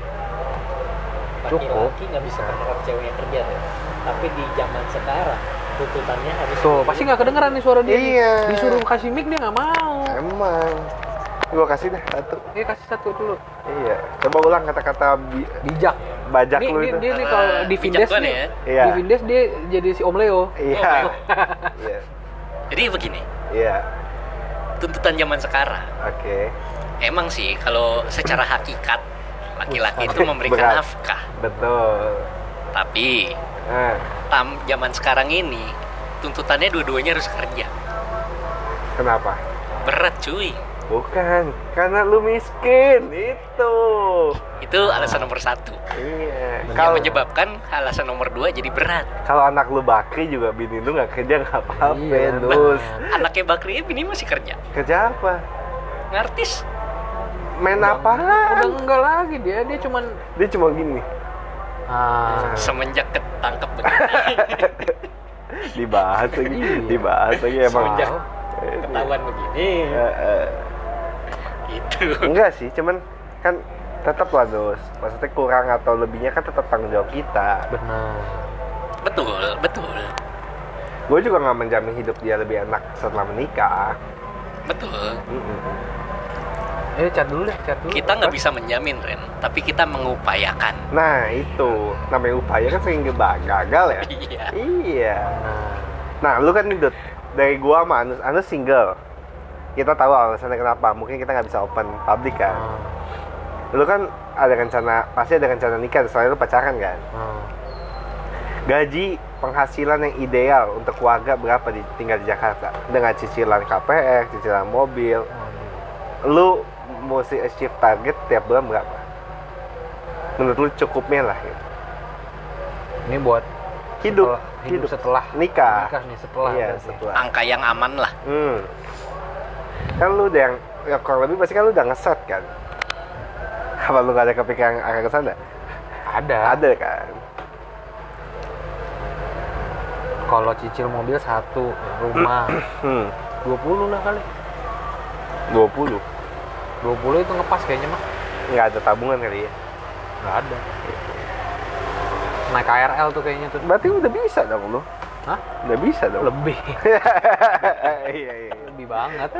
Cukup. Laki-laki nggak bisa berharap ceweknya kerja tuh. Tapi di zaman sekarang tuntutannya harus Tuh, pasti nggak kedengeran nih suara dia. nih. Iya. Disuruh kasih mic dia nggak mau. Emang. Gue kasih dah satu. Kasih satu dulu. Iya. Coba ulang kata-kata Bijak. bajak Nih, lu itu. dia nih kalau di Vindes bijaksana nih. ya. Iya. Di Vindes dia jadi si Om Leo. Iya. Iya. Jadi begini, Iya. tuntutan zaman sekarang. Oke. Emang sih kalau secara hakikat laki-laki itu Berat. memberikan nafkah. Betul. Tapi Nah, zaman sekarang ini tuntutannya dua-duanya harus kerja. kenapa? Berat cuy. Bukan, karena lu miskin itu. Itu alasan nomor 1. Iya. Yang Kalau menyebabkan alasan nomor 2 jadi berat. kalau anak lu bakri juga bini lu nggak kerja nggak apa-apa, Iya, dus. Anaknya Bakri ini masih kerja. Kerja apa? Ngartis. Main Udah apaan? enggak lagi dia cuman Dia cuma gini. Semenjak ketangkep begini. Dibahas lagi, Iya. dibahas lagi emang. Semenjak ketahuan begini. Gitu. Enggak sih, cuman kan tetap lah dus. Maksudnya kurang atau lebihnya kan tetap tanggung jawab kita. benar. Betul. Gue juga nggak menjamin hidup dia lebih enak setelah menikah. Betul. Chat dulu. Kita nggak bisa menjamin, Ren. Tapi kita mengupayakan. Nah itu namanya upaya kan sering gagal ya. Iya. Iya. Nah, Nah lu kan nih Dut, dari gua sama Anus single. Kita tahu alasannya kenapa. Mungkin kita nggak bisa open public kan. Lu kan ada rencana, pasti ada rencana nikah. Soalnya lu pacaran kan. Gaji penghasilan yang ideal untuk keluarga berapa tinggal di Jakarta dengan cicilan KPR, cicilan mobil. Lu mesti achieve target tiap bulan berapa? Menurut lu cukupnya lah gitu. Ini buat Hidup setelah nikah nih setelah. iya berarti. setelah Angka yang aman lah. kan lu udah yang ya kurang lebih pasti kan lu udah ngeset kan. Apa lu gak ada kepikiran arah ke sana? Ada kan. Kalau cicil mobil 1, rumah 20 lah kali. 20 itu ngepas kayaknya mah. nggak ada tabungan kali ya. Nggak ada. Naik KRL tuh kayaknya tuh. Berarti udah bisa dong lu. Hah? Udah bisa dong. Lebih. Iya. Lebih banget.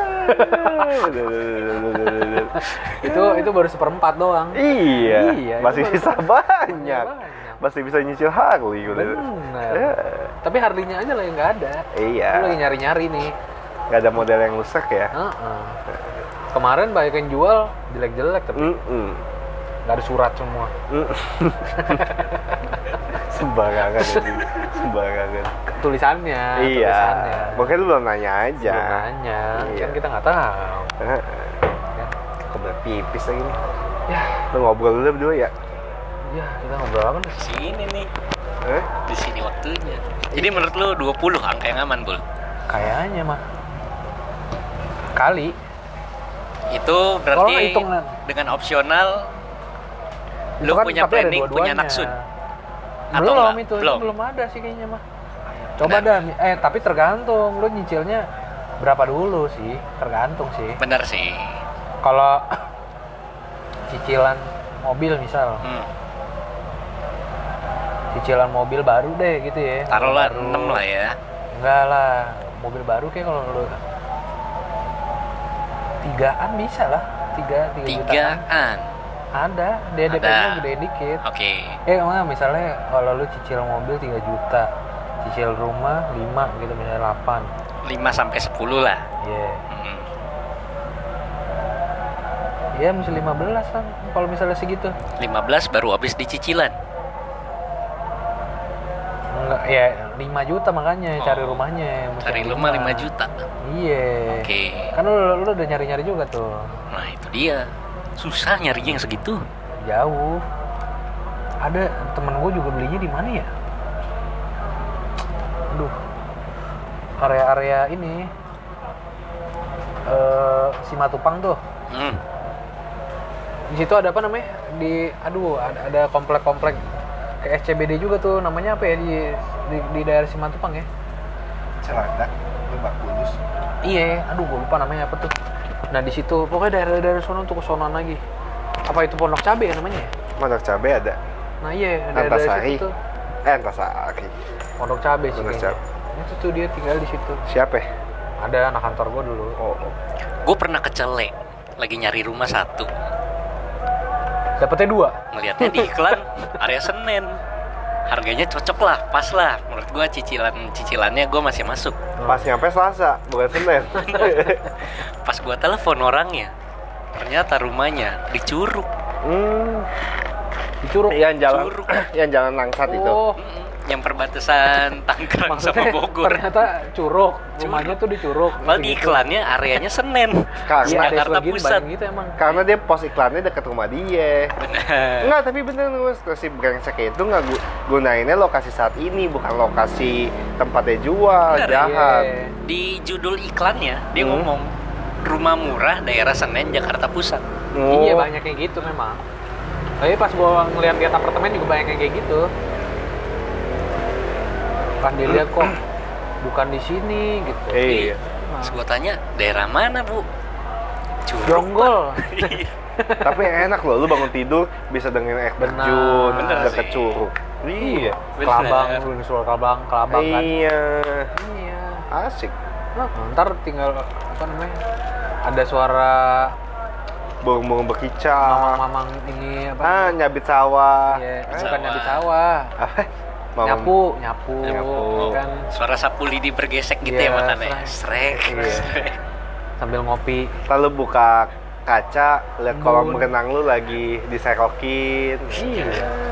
Itu itu baru 1/4 doang. Iya. Masih itu bisa baru- banyak. banyak. Masih bisa nyicil Harley gitu. Bener. Tapi Harley-nya aja lah yang nggak ada. Iya. Lu lagi nyari-nyari nih. Nggak ada model yang rusak ya. Kemarin banyak yang jual jelek-jelek tapi nggak ada surat semua. Sembarangan ini. Sembarangan. Tulisannya. Iya. Tulisannya. Makanya lu belum nanya aja. Belum nanya. Iya. Kan kita nggak tahu. Ya. Kebelet pipis lagi nih. Ya. Lu ngobrol dulu berdua ya? Ya, kita ngobrol apa nih? Sini nih. Di sini waktunya. Jadi menurut lu 20 angka yang aman, Bul? Kayaknya mah. Kali. Itu berarti hitungan. dengan opsional Itu lu kan, punya tapi ada planning punya dua-duanya. naksun. Belum enggak? itu Belum. belum ada sih kayaknya mah. Coba dah, tapi tergantung lu nyicilnya berapa dulu sih, tergantung sih. Bener sih. Kalau cicilan mobil misal, cicilan mobil baru deh gitu ya. Taruhlah Baru. 6 lah ya. Enggak lah, mobil baru kayak kalau lu 3-an bisa lah, 3 jutaan. 3-an. Ada, DP-nya gede dikit. Oke. Emang misalnya kalau lu cicil mobil 3 juta, cicil rumah 5 gitu, misalnya 8. 5 sampai 10 lah. Iya. Iya, mesti 15 kan kalau misalnya segitu. 15 baru habis di cicilan. Enggak, ya 5 juta makanya cari rumahnya. Mesti Cari yang rumah 5 juta. Iya. Oke. Kan lu udah nyari-nyari juga tuh. Nah, itu dia. Susah nyarinya yang segitu. Jauh. Ada temen gue juga belinya di mana ya? Aduh. Area-area ini. Simatupang tuh. Di situ ada apa namanya? Ada komplek-komplek ke SCBD juga tuh, namanya apa ya di daerah Simatupang ya? Celadak, Lebak Bulus. Iya, gue lupa namanya apa tuh. Nah di situ pokoknya daerah-daerah sono tuh, kesonoan lagi. Apa itu Pondok Cabe ya namanya? Pondok Cabe ada. Nah iya, Antasari. situ tuh. Antasari. Pondok Cabe sih Pondok kayaknya. Itu tuh dia tinggal di situ. Siapa? Ada anak kantor gue dulu. Oh. Gue pernah ke Cele, lagi nyari rumah 1. Dapetnya 2. Ngelihatnya di iklan area Senen. Harganya cocok lah, pas lah. Menurut gue cicilannya gue masih masuk. Pas nyampe Selasa, bukan Senin. Pas gue telepon orangnya, ternyata rumahnya di Curug. Di Curug. Yang jalan Langsat itu. Oh. Yang perbatasan Tangerang sama Maksudnya Bogor. ternyata Curug. Rumahnya tuh di Curug. Padahal di iklannya areanya Senen. Karena Jakarta Pusat. Gitu emang. Karena dia pos iklannya dekat rumah dia. Benar. Enggak, tapi bener si brengsek itu nggak gunainnya lokasi saat ini, bukan lokasi tempat dia jual. Bener, jahat. Iya. Di judul iklannya dia ngomong rumah murah daerah Senen Jakarta Pusat. Oh. Iya, banyak kayak gitu memang. Tapi pas gua ngeliat apartemen juga banyak yang kayak gitu. Pas dilihat kok bukan di sini gitu. Iya. Terus gue tanya, daerah mana, Bu? Curug. Jonggol. Tapi enak loh, lu bangun tidur bisa dengerin air Benar. terjun Bener deket sih. Curug. Iya. Kelabang, lu suara Kelabang kan. Iya. Iya. Asik. Ntar tinggal apa namanya? Ada suara Burung-burung berkicau. mamang ini apa? Nyabit sawah. Iya, bukan Sawah. nyabit sawah. Apa? Nyapu. Nyapu. Kan Suara sapu lidi bergesek gitu Iya, ya makannya. Srek. Iya. sambil ngopi. Lalu buka kaca, lihat kolam Embun. renang lu lagi diserokin. Iya.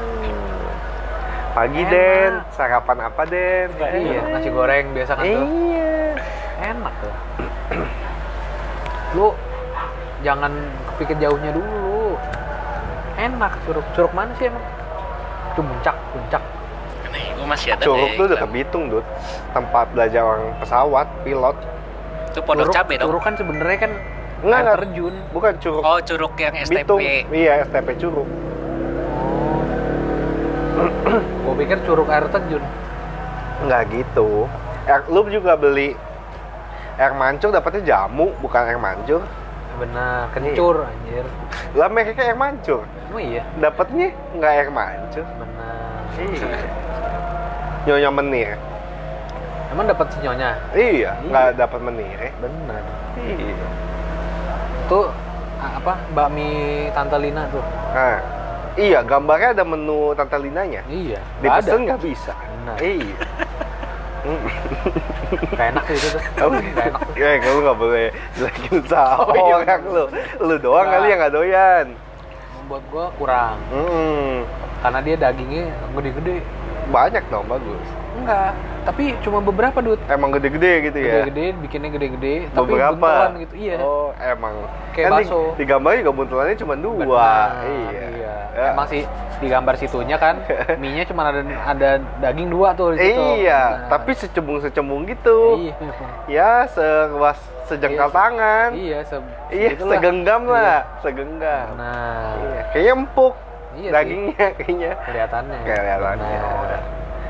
Pagi Enak. Den, sarapan apa Den? Iya, nasi goreng biasa kan tuh. Iya. Enak tuh. Lu jangan kepikir jauhnya dulu. Enak curug mana sih emang? Itu puncak. Nih, gue masih ada Curug tuh iklan. dekat Bitung, Dut. Tempat belajar orang pesawat, pilot. Itu Pondok Cabe dong. Curug kan sebenarnya kan Enggak, air enggak. terjun. Bukan Curug. Oh, Curug yang STP. Bitung. Iya, STP Curug. Gue pikir curug air terjun. Enggak gitu. Lu juga beli air mancur dapatnya jamu, bukan air mancur. Benar, kencur anjir. Lah mereka air mancur. Oh iya, Dapatnya enggak air mancur. benar. Iya. Nyonya menir. Emang dapat sinyonya? Iya, enggak dapat menir. Benar. Iya. Tuh apa? Bakmi Tante Lina tuh. Nah, iya, gambarnya ada menu Tante Linanya. Iya. nggak ada. Dipesen nggak bisa. Benar. Iya. Gak enak tuh itu tuh. Gak enak tuh. Ya, kalau nggak boleh jelekin usaha Oh, iya. orang lu doang Nah. kali yang nggak doyan. Buat gua kurang. Karena dia dagingnya gede-gede. Banyak dong, bagus. Enggak, tapi cuma beberapa Dut. Emang gede-gede gitu ya? Gede-gede, bikinnya gede-gede, tapi Beberapa buntelan gitu. Iya. Oh, emang. Kayak kan bakso. Di gambar juga buntelannya cuma 2. Benar, Iya. Ya. Emang sih di gambar situnya kan mie-nya cuma ada daging 2 tuh di situ. Iya, Nah. tapi secembung gitu. Iya. Ya, sejengkal Iya, tangan. Iya, Iya, segitulah. segenggam Iya. lah, segenggam. Nah, Iya, kayaknya empuk. Iya Dagingnya kayaknya. kelihatannya. Kelihatannya. Benar.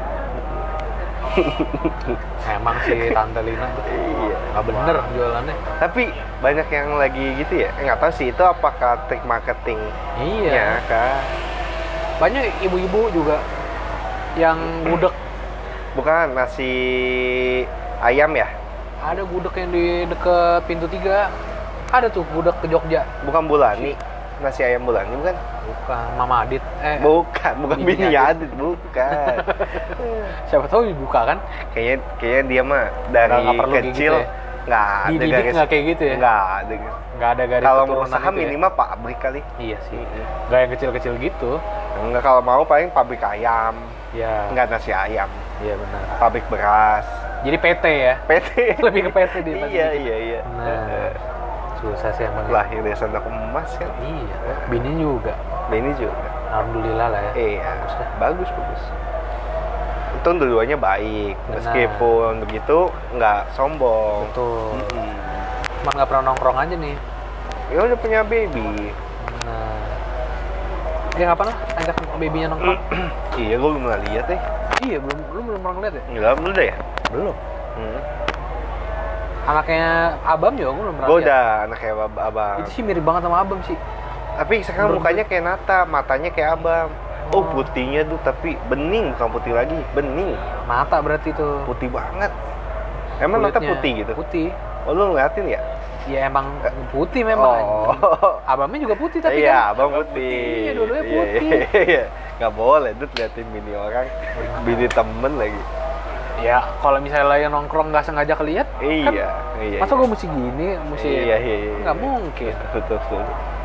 Emang sih Tante Lina tuh Iya. nggak bener jualannya. Tapi banyak yang lagi gitu ya. Nggak tahu sih itu apakah trik marketing. Iya. Kak. Banyak ibu-ibu juga yang gudeg. Bukan nasi ayam ya? Ada gudeg yang di deket pintu 3. Ada tuh gudeg ke Jogja. Bukan Bulani. Nasi ayam Bulani bukan? Bukan Mama Adit. Bukan Bini Bini Adit, bukan. Siapa tahu dibuka kan? Kayaknya dia mah dari Nggak perlu kayak kecil gitu ya? nggak ada Dididik nggak kayak gitu ya? Nggak ada. Nggak ada garis Kalau mau keturunan usaha itu ya? minimal pabrik kali. Iya sih. Nggak yang kecil-kecil gitu. Enggak, kalau mau paling pabrik ayam. Ya. Enggak nasi ayam. Iya benar. Pabrik beras. Jadi PT ya? PT. Lebih ke PT dia. Iya. Nah, susah sih emang. Lahir dari sandok emas kan. Iya. Bini juga. Bini juga. Alhamdulillah lah ya. Iya. Bagus. Untung dua-duanya baik. Benar. Meskipun begitu nggak sombong. Betul. Mm-mm. Cuman nggak pernah nongkrong aja nih. Ya udah punya baby. Nah. Ya nggak pernah ajak babynya nongkrong. Iya, gue belum pernah lihat deh. Iya, lu belum pernah ngeliat ya? Enggak, belum deh ya? Belum. Anaknya Abam juga gue belum pernah Gue lihat. udah anaknya abang. Itu sih mirip banget sama Abam sih. Tapi sekarang Menurut mukanya kayak Nata, matanya kayak abang. Oh, putihnya tuh tapi bening, bukan putih lagi, bening. Mata berarti tuh. Putih banget. Emang Nata Kulitnya putih gitu? Putih. Oh, lu ngeliatin ya? Ya emang putih memang. Oh. Abamnya juga putih tapi Iya, kan. abang putih. Iya, dua-duanya Iya, putih. Iya. Nggak boleh, Dut, liatin bini orang. Bini temen lagi. Ya, kalau misalnya yang nongkrong nggak sengaja kelihat, kan, Iya. masa gue mesti gini, mesti Iya. nggak mungkin. Betul.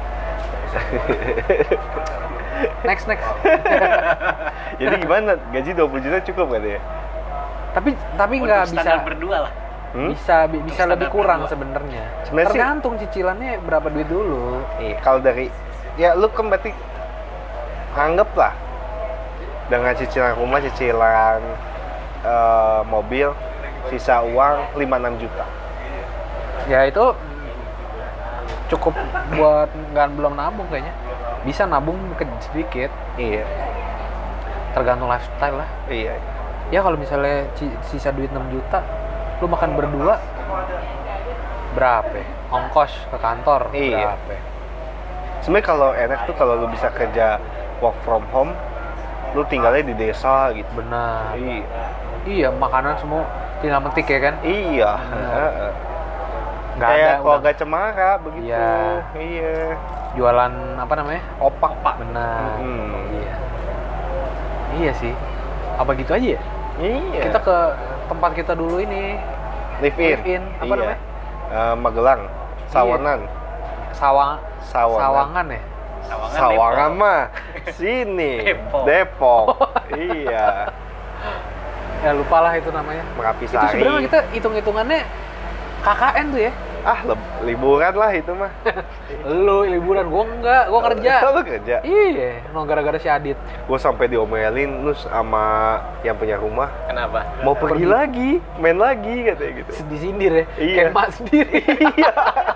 Next. Jadi gimana? Gaji 20 juta cukup kan ya? Tapi nggak Untuk bisa. standar berdua lah. Bisa lebih kurang sebenarnya. Sebenarnya sih- Tergantung cicilannya berapa duit dulu. Iya, kalau dari ya lu kan berarti anggaplah dengan cicilan rumah, cicilan mobil, sisa uang 5-6 juta. Ya itu cukup buat belum nabung kayaknya. Bisa nabung sedikit, Iya. tergantung lifestyle lah. Iya. Ya kalau misalnya sisa duit 6 juta, lu makan berdua berapa? Ya? Ongkos ke kantor Iya. berapa? Ya? Sebenarnya kalau enak tuh kalau lu bisa kerja work from home, lu tinggalnya di desa gitu. Benar. Iya. Iya, makanan semua tinggal metik ya kan? Iya. Benar. Nggak Kayak ada keluarga cemara begitu. Iya. Iya. Jualan apa namanya? Opak, Pak. Benar. Hmm. Iya. Iya sih. Apa gitu aja ya? Iya. Kita ke tempat kita dulu ini. live in. live in. Apa Iya. namanya? Magelang. Sawanan. Sawangan ya? Sawangan mah sini. Depok. Iya. Ya lupa lah itu namanya. Merapi Itu Sari. sebenarnya kita hitung-hitungannya KKN tuh ya. Ah, liburan lah itu mah. Lu liburan, gua enggak, gua kerja. Lu kerja? Iya, no gara-gara si Adit. Gue sampai diomelin terus sama yang punya rumah. Kenapa? Mau pergi lagi, main lagi katanya gitu. Disindir ya. Iya. Kayak emak sendiri. Iya.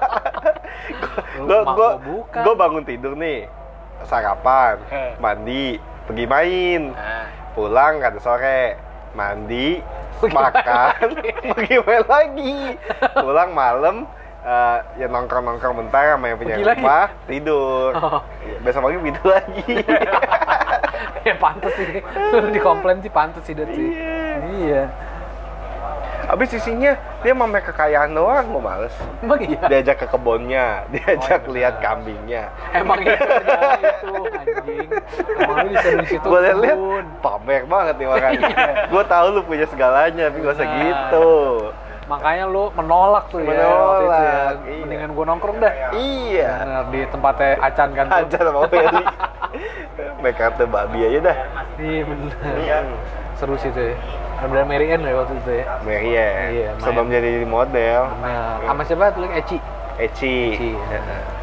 Emak gua bukan. Gue bangun tidur nih, sarapan, mandi, pergi main, Nah, pulang kata sore, mandi, makan, pergi main lagi, pulang malam. Ya nongkrong bentar sama yang punya Pergi lagi? rumah, tidur. Oh. Besok pagi gitu lagi. Ya pantes sih. Lu dikomplain sih pantes sih Dut sih. Iya. Habis sisinya dia mamer kekayaan doang, gue males. Emang iya. Diajak ke kebunnya, diajak Oh, iya lihat benar. kambingnya. Emang itu kerjaan itu anjing. Emang lu disuruh di situ Gue liat kebun. pamer banget nih makanya. Iya. Gue tahu lu punya segalanya, tapi gak usah Benar. gitu. Makanya lu menolak tuh ya waktu itu ya. Menolak, iya. Mendingan gua nongkrong dah. Iya. Bener, di tempatnya Acan kan tuh. Aja sama Feli. Make up tuh babi aja dah. Iya bener. Iya. seru sih tuh ya. Ada Mary Ann ya waktu itu ya. Mary Ann. Iya, sebelum jadi model. Benar. Sama siapa tuh? Eci. Ya.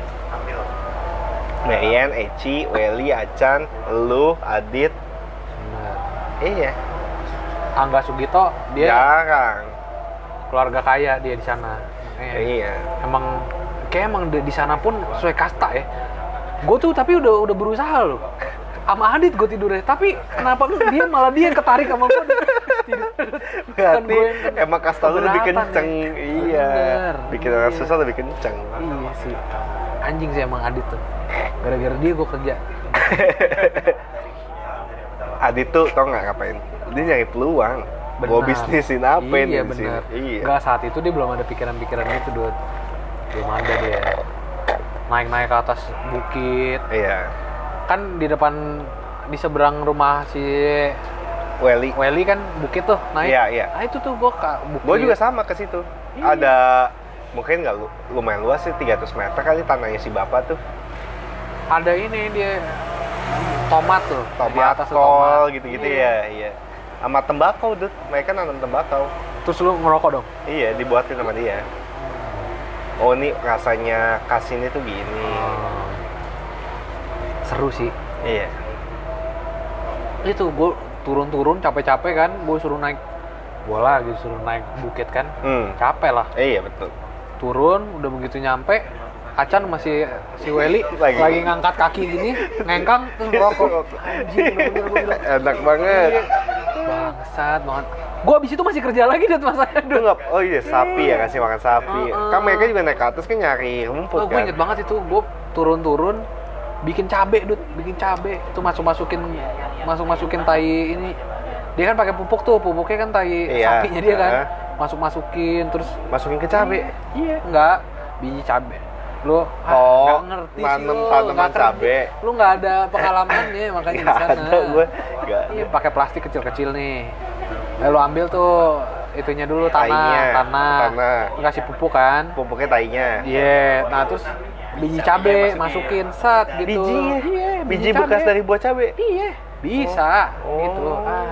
Mary Ann, Eci, Welly, Acan, lu, Adit. Benar. Iya. Angga Sugito dia jarang. Keluarga kaya dia di sana. Iya. Emang di sana pun sesuai kasta ya. Gue tuh tapi udah berusaha loh. Sama Adit gue tidurnya, tapi kenapa dia yang ketarik sama gue tidur. Berarti emang kasta lu lebih kenceng. Ya. Iya. Bener. Bikin orang susah lebih kenceng. Iya sih. Anjing sih emang Adit tuh. Gara-gara dia gue kerja. Adit tuh tau nggak ngapain? Dia nyari peluang. Gue bisnisin apa iya, di sini? Iya. Nggak, saat itu dia belum ada pikiran-pikiran itu, Dut. Belum ada dia. Naik-naik ke atas bukit. Iya. Kan di depan, di seberang rumah si Welly kan bukit tuh naik. Iya. Nah itu tuh gue bukit. Gue juga sama ke situ. Iya. Ada mungkin nggak lumayan luas sih, 300 meter kali tanahnya si bapak tuh. Ada ini dia tomat tuh. Di Tomat, atas tuh kol gitu-gitu ya. Iya. Sama tembakau, Dut. Mereka nanam tembakau. Terus lu ngerokok dong? Iya, dibuatin sama dia. Oh, ini rasanya kasinnya tuh gini. Seru sih. Iya. Itu gue turun-turun capek-capek kan, gue suruh naik bola gitu, suruh naik bukit kan. Capek lah. Iya, betul. Turun, udah begitu nyampe, Acan masih si Welly lagi ngangkat kaki gini, ngengkang terus ngerokok. Anjing, bener-bener. Enak banget. Bangsat banget. Gue abis itu masih kerja lagi dan masanya dulu. Oh iya, sapi ya, kasih makan sapi. Kan mereka juga naik ke atas kan nyari rumput kan. Gue inget banget itu, gue turun-turun bikin cabe, bikin cabe. Itu masukin tai ini. Dia kan pakai pupuk tuh, pupuknya kan tai sapinya dia kan. Masukin terus masukin ke cabe. Iya, enggak biji cabe. Lu nggak ngerti sih lu, tanaman cabe. Lu nggak ada pengalamannya makanya di sana. Ada gue. Iya, pakai plastik kecil-kecil nih. Lu ambil tuh itunya dulu, tanah. Lu kasih pupuk kan. Pupuknya tainya. Iya, nah terus biji cabe masukin sat gitu. Biji bekas dari buah cabe. Iya, bisa gitu.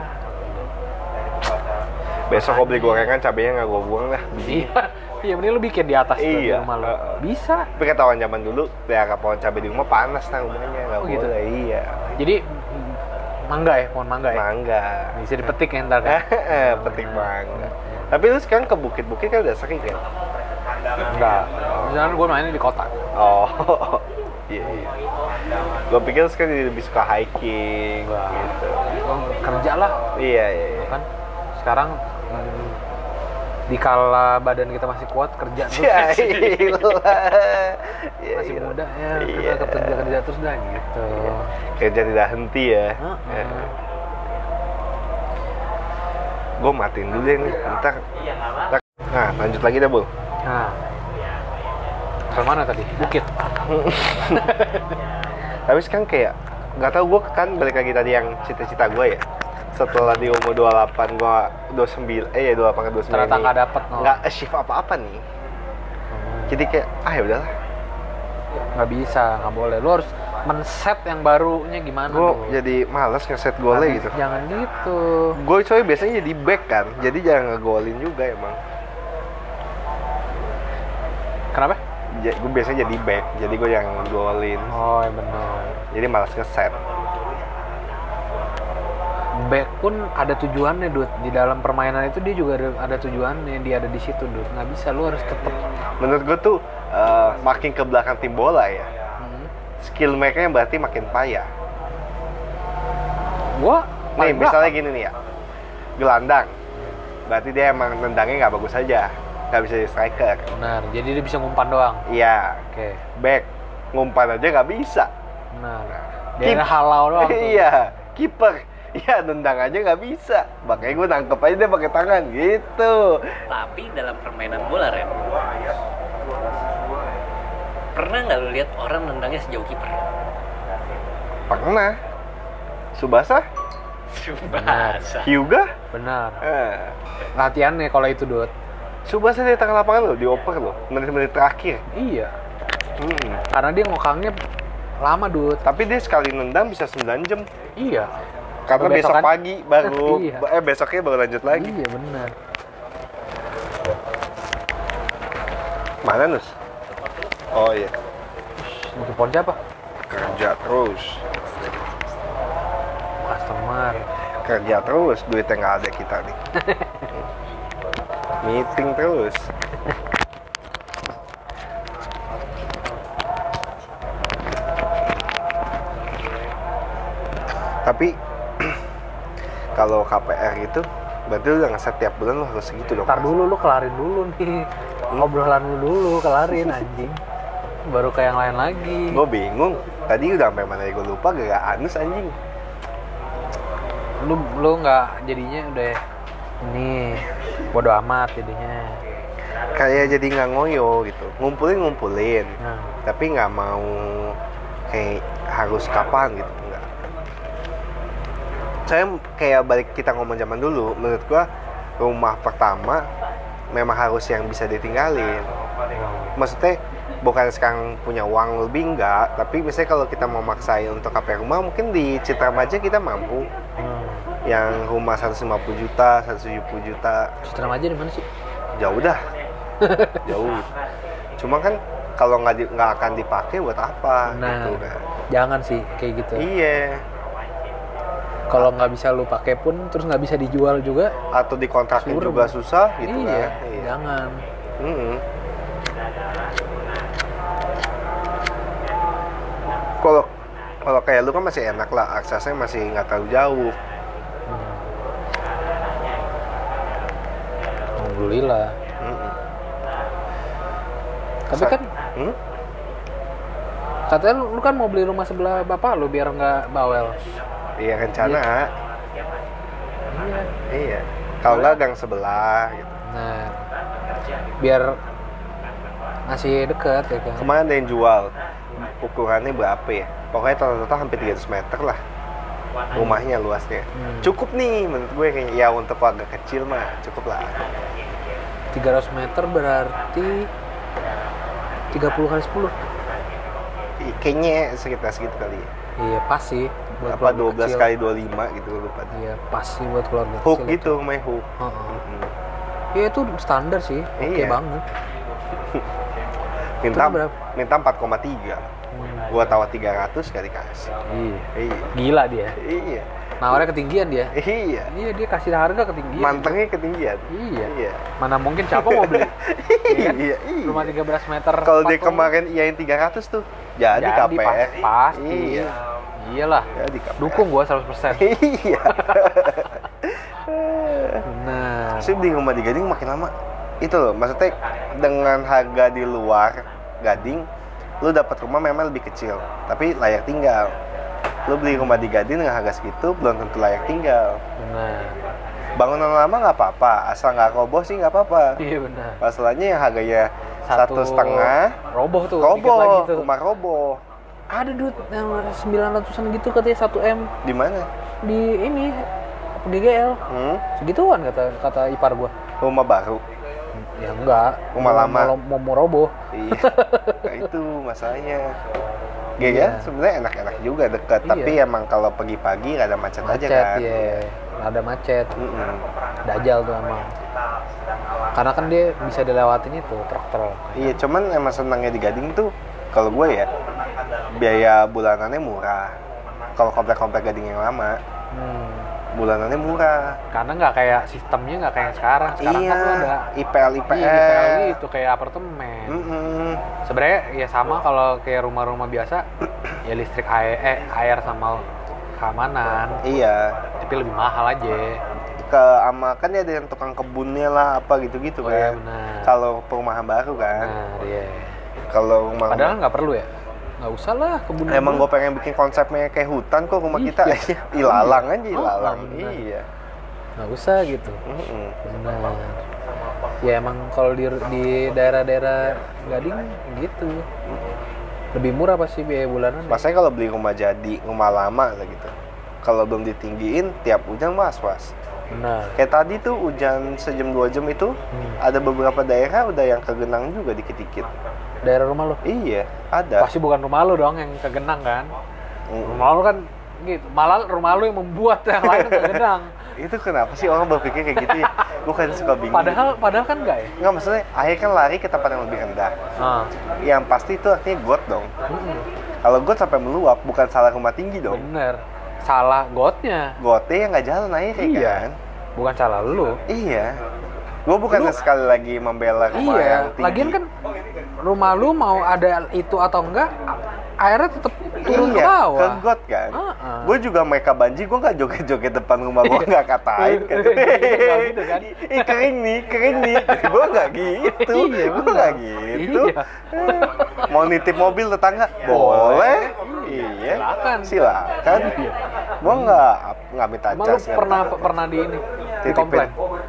Besok gue beli gorengan, cabenya nggak gue buang lah. Iya, mending lu bikin di atas di rumah lu. Bisa. Tapi ketahuan zaman dulu, pelihara pohon cabai di rumah panas rumahnya, nggak boleh. Gitu? Iya. Jadi pohon mangga ya? Mangga. Bisa dipetik ya ntar kan? Petik mangga. Tapi lu sekarang ke bukit-bukit kan udah sering kan? Enggak. Misalnya gue mainnya di kota. Oh, iya. Gue pikir sekarang lebih suka hiking gitu. Kerja lah. Iya. Kan sekarang dikala badan kita masih kuat kerja terus. Masih muda ya, kita kerja terus dah gitu. Kerja tidak henti ya. Gue matiin dulu deh nih, ntar. Nah, lanjut lagi dah, Bu. Nah, kemana tadi? Bukit. Tapi sekarang kayak nggak tahu, gue kan balik lagi tadi yang cita-cita gue ya. Setelah di umur 28, gue 29, 28 ke 29 ternyata nggak dapet, nggak achieve apa-apa nih. Jadi kayak, ya udahlah. Nggak bisa, nggak boleh. Lu harus men-set yang barunya gimana. Gue jadi malas nge-set golnya gitu. Jangan gitu. Gue soalnya biasanya jadi back kan, jadi jangan ngegolin juga emang. Kenapa? Gue biasanya jadi back, jadi gue yang ngegolin. Oh, ya benar. Jadi malas nge-set. Back pun ada tujuannya, Dut. Di dalam permainan itu dia juga ada tujuannya, dia ada di situ, Dut. Nggak bisa, lu harus tetap. Menurut gue tuh makin ke belakang tim bola ya, skill mereka yang berarti makin payah. Nih misalnya gini nih ya, gelandang, berarti dia emang nendangnya nggak bagus aja, nggak bisa jadi striker. Benar, jadi dia bisa ngumpan doang. Iya. Oke. Back, ngumpan aja nggak bisa. Benar. Dia halau doang. Iya. Kiper, ya nendang aja nggak bisa. Makanya gue nangkep aja dia pakai tangan gitu. Tapi dalam permainan bola, Ren, pernah nggak lu lihat orang nendangnya sejauh kiper? Pernah. Subasa? Hyuga? Benar. Latihannya kalau itu, Dut. Subasa di tengah lapangan lo, dioper lo, menit-menit terakhir. Iya. Karena dia ngokangnya lama, Dut. Tapi dia sekali nendang bisa 9 jam. Iya. Karena besok pagi baru iya. Besoknya baru lanjut lagi. Iya benar. Mana Nus? Oh iya. Telepon siapa? Kerja terus. Customer. Kerja terus, duitnya nggak ada kita nih. Meeting terus. Tapi kalau KPR itu berarti lu udah ngeset tiap bulan lu harus segitu dong. Ntar dulu lu kelarin dulu nih. Ngobrolan lu dulu, kelarin anjing. Baru kayak yang lain lagi. Gue bingung. Tadi udah sampai mana ya gue lupa gak anus anjing. Lu nggak jadinya udah ini bodo amat jadinya. Kayak jadi nggak ngoyo gitu. Ngumpulin. Nah. Tapi nggak mau kayak harus kapan gitu. Enggak. Saya kayak balik kita ngomong zaman dulu. Menurut gua rumah pertama memang harus yang bisa ditinggalin. Maksudnya bukan sekarang punya uang lebih enggak, tapi misalnya kalau kita mau maksain untuk KPR rumah mungkin di Citra Maja kita mampu. Yang rumah 150 juta, 170 juta. Citra Maja di mana sih? Jauh dah. Jauh. Cuma kan kalau nggak akan dipakai buat apa nah, gitu kan. Jangan sih kayak gitu. Iya. Kalau nggak bisa lu pakai pun terus nggak bisa dijual juga atau dikontrakin juga susah gitu iya, kan. Iya. Jangan. Kalau kayak lu kan masih enak lah, aksesnya masih nggak terlalu jauh. Alhamdulillah. Tapi kan katanya lu kan mau beli rumah sebelah bapak lu biar nggak bawel. Iya rencana. Iya. Kalau nggak gang sebelah gitu. Nah, biar masih dekat ya kan. Kemarin ada yang jual, ukurannya berapa ya? Pokoknya total hampir 300 meter lah. Rumahnya luasnya. Cukup nih menurut gue kayaknya. Ya untuk warga kecil mah cukup lah. 300 meter berarti 30 kali 10. Kayaknya sekitar segitu kali ya. Iya pas sih. Apa 12 kecil. Kali 25 gitu lupa. Iya pas sih buat keluarga hook kecil. Gitu, main hook. Iya itu standar sih. Oke banget. minta 4,3. Gua tawar 300 gak dikasih. Iya. Gila dia. Iya. Nawarnya ketinggian dia. Iya. Iya dia kasih harga ketinggian. Mantengnya ketinggian. Iya. Mana mungkin siapa mau beli? Iya. Rumah 13 meter. Kalau dia kemarin iyain 300 tuh. Jadi KPR. Pasti. Iya. Iyalah. Dukung gua 100%. Iya. Benar. Sih di rumah di Gading makin lama. Itu loh, maksudnya dengan harga di luar Gading, lu dapat rumah memang lebih kecil, tapi layak tinggal. Lu beli rumah di Gading dengan harga segitu belum tentu layak tinggal. Benar. Bangunan lama nggak apa-apa, asal nggak roboh sih nggak apa-apa. Iya benar. Masalahnya yang harganya 1,5 roboh tuh. Roboh, rumah roboh. Ada duit yang 900-an gitu katanya 1M. Di mana? Di ini DGL. Segituan kata ipar gua. Rumah baru. Ya enggak. Rumah lama. Mau roboh. Iya. Nah, itu masalahnya. Ya sebenarnya enak-enak juga dekat, tapi emang kalau pagi-pagi ada macet aja kan. Iya. Ada macet. Dajal tuh emang. Karena kan dia bisa dilewatin itu truk-truk. Iya, cuman emang senangnya di Gading tuh kalau gue ya biaya bulanannya murah. Kalau komplek-komplek Gading yang lama, bulanannya murah. Karena nggak kayak sistemnya nggak kayak sekarang. Sekarang kan ada IPL itu kayak apartemen. Sebenarnya ya sama kalau kayak rumah-rumah biasa, ya listrik air sama keamanan. Iya. Tapi lebih mahal aja. Kan ya ada yang tukang kebunnya lah apa gitu-gitu kan. Kalau perumahan baru kan. Iya. Kalau rumah padahal nggak perlu ya. Nggak usah lah kebun. Emang gue pengen bikin konsepnya kayak hutan kok rumah kita. Ilalang aja ilalang. Iya. Nggak usah gitu. Benar. Ya emang kalau di daerah-daerah Gading gitu. Lebih murah pasti biaya bulanan. Masanya kalau beli rumah jadi, rumah lama gitu. Kalau belum ditinggiin tiap hujan was-was. Benar. Kayak tadi tuh hujan sejam 2 jam itu ada beberapa daerah udah yang kegenang juga dikit-dikit. Daerah rumah lo? Iya, ada. Pasti bukan rumah lo dong yang kegenang kan? Rumah lo kan gitu. Malah rumah lu yang membuat yang lain nggak genang. Itu kenapa sih orang berpikir kayak gitu ya? Gue kan suka bingung. Padahal kan enggak ya? Nggak, maksudnya air kan lari ke tempat yang lebih rendah. Yang pasti itu artinya got dong. Kalau got sampai meluap, bukan salah rumah tinggi dong. Bener. Salah gotnya. Gotnya yang nggak jalan airnya kan? Bukan salah lu. Iya. Gue bukan sekali lagi membela rumah yang tinggi. Lagian kan rumah lu mau ada itu atau enggak, airnya tetap turun ke bawah. Ke got kan. Gue juga mereka banjir, gue nggak joget-joget depan rumah gue, nggak katain kan. Gitu kan. Kering nih. Gue nggak gitu. Gue nggak gitu. Mau nitip mobil tetangga, boleh. Iya. Silakan. Gue nggak minta charge. Emang lu pernah di ini? Di komplain?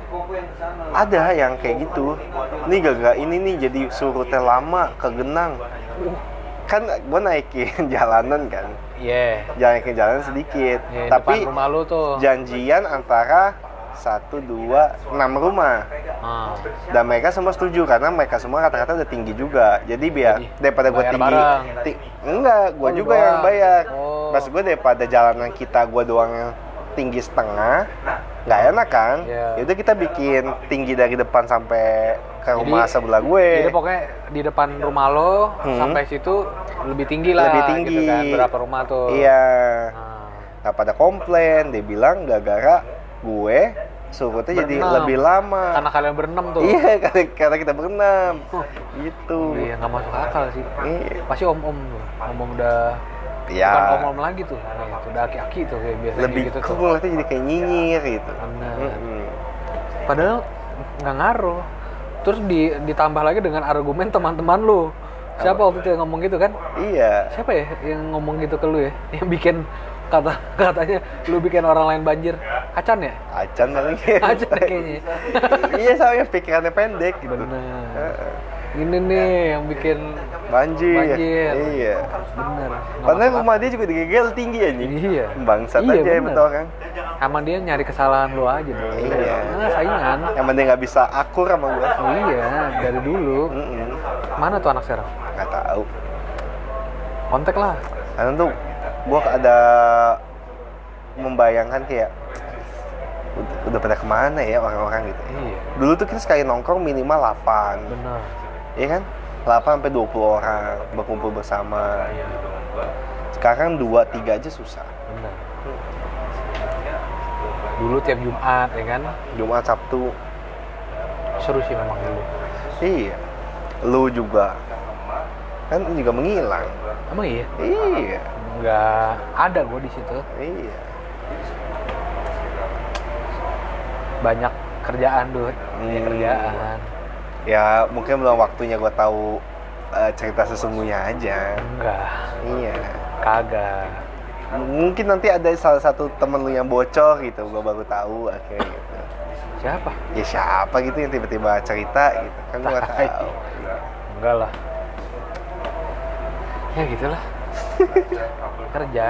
Ada yang kayak gitu. Ini gak ini nih jadi surutnya lama ke genang. Kan gue naikin jalanan kan. Naikin jalanan sedikit. Tapi rumah lu tuh janjian antara 1, 2, 6 rumah. Dan mereka semua setuju karena mereka semua kata-kata udah tinggi juga. Jadi biar daripada gue tinggi, enggak, gue juga yang bayar. Maksud gue daripada jalanan kita gue doang yang tinggi setengah, nggak enak kan? Yaudah kita bikin tinggi dari depan sampai ke rumah sebelah gue. Jadi pokoknya di depan rumah lo sampai situ lebih tinggi lah. Lebih tinggi. Gitu kan, berapa rumah tuh? Iya. Nah pada komplain, dia bilang gara-gara gue surutnya jadi lebih lama. Karena kalian berenam tuh? Iya, karena kita berenam. Gitu. Iya, nggak masuk akal sih. Pasti om-om udah bukan om-om lagi tuh. Udah aki-aki tuh kayak biasanya lebih gitu tuh. Lebih kok jadi kayak nyinyir gitu. Benar. Padahal nggak ngaruh. Terus ditambah lagi dengan argumen teman-teman lu. Siapa waktu itu yang ngomong gitu kan? Iya. Siapa ya yang ngomong gitu ke lu ya? Yang bikin katanya lu bikin orang lain banjir. Acan ya? Acan kayaknya. Iya, soalnya pikirannya pendek gitu. Bener. Ini nih yang bikin banjir. Iya. Bener. Padahal rumah dia juga digegel tinggi anjing. Iya. Bangsat aja yang betul kan. Emang dia nyari kesalahan lu aja dong. Iya. Saingan. Emang dia nggak bisa akur sama gua. Iya, dari dulu. Mana tuh anak sekarang? Nggak tahu. Kontak lah. Karena tuh gua ada membayangkan kayak udah pada kemana ya orang-orang gitu. Iya. Dulu tuh kita sekali nongkrong minimal 8. Benar. Iya kan? 8-20 orang berkumpul bersama. Iya. Sekarang 2-3 aja susah. Benar. Dulu tiap Jumat ya kan? Jumat, Sabtu. Seru sih memang dulu. Iya. Lu juga. Kan juga menghilang. Emang iya? Iya. Nggak ada gue di situ. Iya. Banyak kerjaan dude. Kerjaan. Ya mungkin belum waktunya gue tahu cerita sesungguhnya aja. Enggak. Iya. Kagak. Mungkin nanti ada salah satu temen lu yang bocor gitu, gue baru tahu akhirnya gitu. Siapa? Ya siapa gitu yang tiba-tiba cerita gitu, kan gue gak tahu. Enggak lah. Ya gitulah. kerja.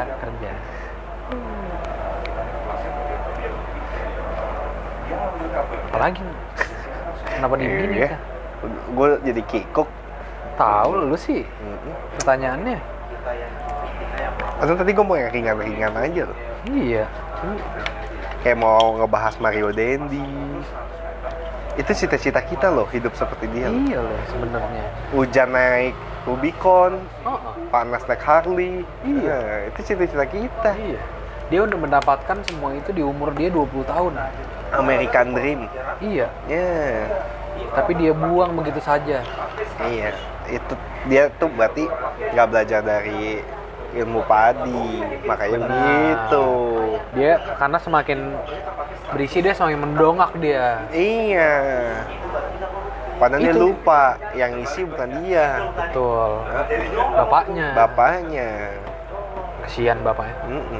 Apalagi? Kenapa diem gini kan? Gue jadi kikuk. Tahu lu sih. Pertanyaannya. Atau tadi gue mau yang ringan-ringan aja loh. Iya. Kayak mau ngebahas Mario Dendi. Itu cita-cita kita loh, hidup seperti dia. Iya loh sebenarnya. Hujan naik Rubicon, panas naik Harley. Iya. Nah, itu cita-cita kita. Iya. Dia udah mendapatkan semua itu di umur dia 20 tahun. American Dream. Iya. Yeah. Tapi dia buang begitu saja. Iya. Itu dia tuh berarti nggak belajar dari ilmu padi, makanya gitu. Dia karena semakin berisi dia semakin mendongak dia. Iya. Padahal dia lupa yang isi bukan dia. Betul. Bapaknya. Kasihan bapaknya.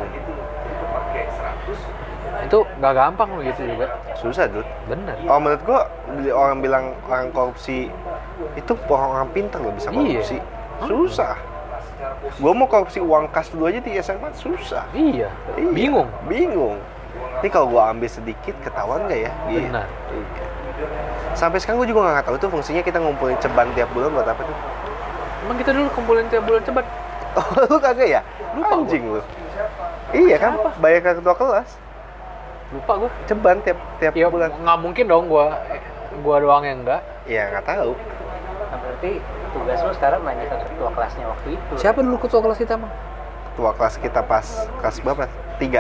Itu nggak gampang loh gitu juga. Susah Dut. Bener. Oh menurut gua orang bilang orang korupsi itu orang pintar loh bisa korupsi. Iya. Susah. Gua mau korupsi uang kas dulu aja di SMA susah. Iya. Bingung. Ini kalau gua ambil sedikit ketahuan nggak ya? Benar. Iya. Sampai sekarang gua juga nggak tahu tuh fungsinya kita ngumpulin ceban tiap bulan buat apa tuh? Emang kita dulu kumpulin tiap bulan ceban? Oh, lu kagak ya? Lupa anjing lu. Iya kan, bayar ke ketua kelas. Lupa gue. Ceban tiap Ya, bulan. nggak mungkin dong gua doang yang enggak. Iya nggak tahu. Nah, berarti tugas lu sekarang nanya ke ketua kelasnya waktu itu. Siapa dulu ketua kelas kita mah? Ketua kelas kita pas kelas berapa? 3.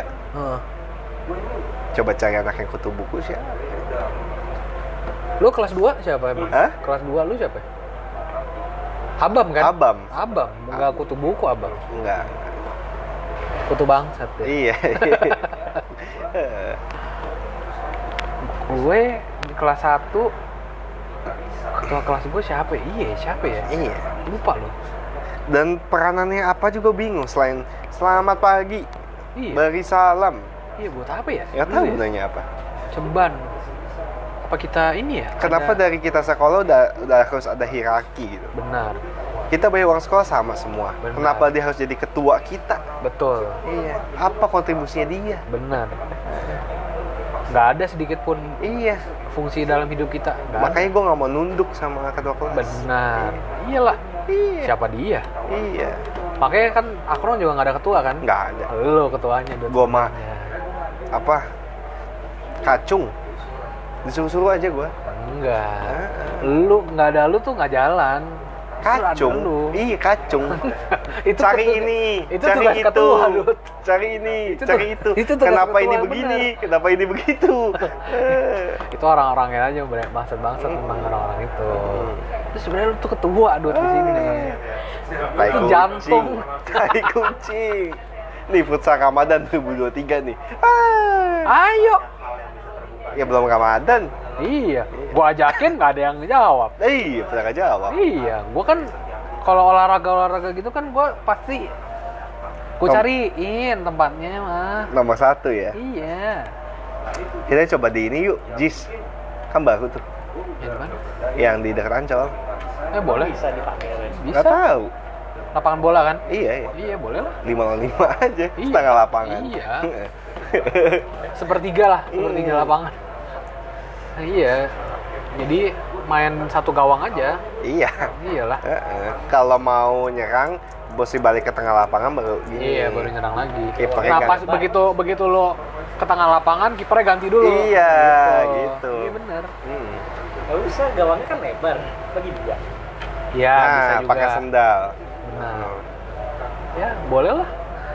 Coba cari anak yang kutu buku sih. Lu kelas 2 siapa emang? Hah? Kelas 2 lu siapa? Abam kan? Abam. Enggak kutu buku Abam. Enggak. Kutu bangsat deh. Iya. Gue di kelas 1 ketua kelas gue siapa ya? Siapa ya? Iya. Lupa loh. Dan peranannya apa juga bingung selain selamat pagi. Iya. Beri salam. Iya, buat apa ya? Nggak tahu Iya. gunanya apa. Ceban. Apa kita ini ya? Kenapa dari kita sekolah udah harus ada hierarki gitu? Benar. Kita bayar uang sekolah sama semua. Benar. Kenapa dia harus jadi ketua kita? Betul. Iya. Apa kontribusinya dia? Benar. Nggak ada sedikit pun Iya. fungsi dalam hidup kita. Nggak Makanya gue nggak mau nunduk sama ketua kelas. Benar. Iyalah. Iya. Siapa dia? Iya. Makanya kan Akron juga nggak ada ketua kan? Nggak ada. Lo ketuanya. Gue mah apa? Kacung. Disuruh-suruh aja gue. Enggak. Lu nggak ada lu tuh nggak jalan. Justru ada Kacung. lu. Iya kacung. Itu Cari ketua- ini, itu cari tugas itu, ketua, Dut. cari ini, Itu cari tugas- itu. itu tugas Kenapa ketua, ini begini? Kenapa ini begitu? Itu orang-orangnya aja bangsat-bangsat memang orang-orang itu. Terus sebenarnya lu tuh ketua Dut di sini. Tai Itu kucing. jantung. Tai kucing. Nih futsal Ramadan 2023 nih. Ayo. Ya belum Ramadan. Iya. Gua ajakin nggak ada yang jawab. Iya, pernah gak jawab. Iya. Gua kan kalau olahraga gitu kan gua pasti gua cariin tempatnya mah. Nomor 1 ya. Iya. Kita coba di ini yuk, JIS. Kan baru tuh. Yang mana? Yang di dekat Ancol. Boleh. Bisa dipamerin. Bisa. Nggak tahu. Lapangan bola kan? Iya, iya. Iya, boleh lah. 505 aja, Iya. setengah lapangan. Iya. Sepertiga lah, sepertiga lapangan. Nah, iya. Jadi main satu gawang aja. Iya. Iyalah. Kalau mau nyerang, mesti balik ke tengah lapangan baru gini. Iya, baru nyerang lagi. Kipernya Nah, pas ganti. begitu lo ke tengah lapangan, kipernya ganti dulu. Iya, gitu. Iya, bener. Gak usah, gawangnya kan lebar. Bagi dia. Iya, bisa Nah, juga. pakai sendal. Benar. Ya, boleh lah.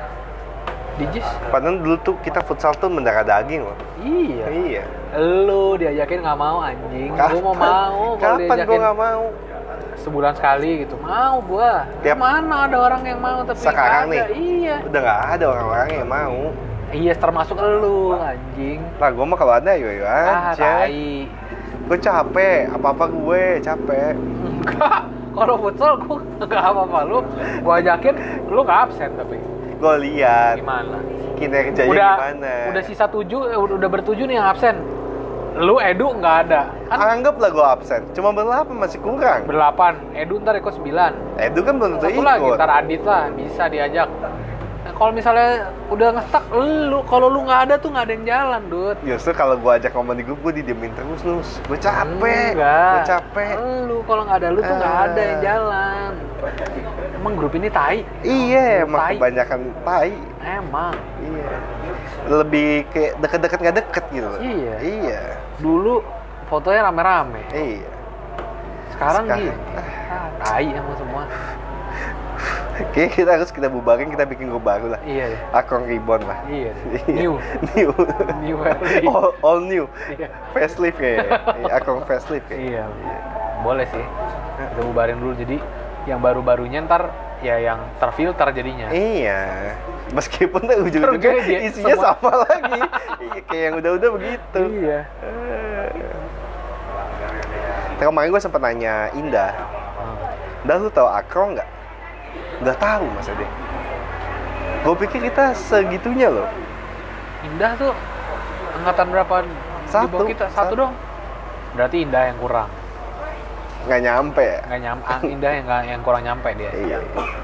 Dijis. Padahal dulu tuh kita futsal tuh mendarah daging loh. Iya. Iya. Lu diajakin nggak mau anjing. Gua mau kalau Kapan diajakin gua nggak mau? sebulan sekali gitu. Mau gua. Mana ada orang yang mau tapi Sekarang nggak ada. nih? Iya. Udah nggak ada orang-orang yang mau. Iya, termasuk lu anjing. Lah gua mah kalau ada yo aja. Tai. Gue capek, apa-apa gue capek. Enggak. Kalau futsal gua nggak apa-apa lu. Gua ajakin lu nggak absen tapi. Gue lihat Gimana? kinerjanya Udah gimana. udah sisa 7, udah ber-7 nih yang absen. Lu Edu nggak ada. Kan Anggaplah gue absen, cuma berapa masih kurang. ber-8. Edu ntar ikut 9. Itu kan belum tentu Satu lagi ikut. ntar Adit lah bisa diajak. Nah, kalau misalnya udah ngestak kalau lu nggak ada tuh nggak ada yang jalan, Dut. Justru kalau gue ajak ngomong di grup, gue didiemin terus, Nus. Gue capek, Enggak. gue capek. Lu kalau nggak ada lu tuh nggak ada yang jalan. Emang grup ini tai. Iya, emang Tai. kebanyakan tai. Emang. Iya. Lebih kayak deket-deket nggak deket gitu loh. Iya. Iya. Dulu fotonya rame-rame. Iya. Sekarang Sekarang. gitu. Tai emang semua. Kayaknya kita bubarin, kita bikin grup baru lah. Iya deh. Akong Reborn lah. Iya. New. New. New Harley. all new. Iya. Facelift kayaknya. Iya, Akong facelift kayaknya. Iya. Boleh sih. Kita bubarin dulu jadi yang baru-barunya ntar ya yang terfilter jadinya. Iya. Meskipun tuh ujung-ujungnya Terus dia isinya semua- sama lagi. Iya, kayak yang udah-udah begitu. Iya. Kemarin gue sempet nanya Indah. Dah lu tahu Akron nggak? Nggak tahu masa deh. Gue pikir kita segitunya loh. Indah tuh angkatan berapa? Di Satu. bawah kita satu dong. Berarti Indah yang kurang. Nggak nyampe ya? Nggak nyampe. Indah yang kurang nyampe dia. Iya.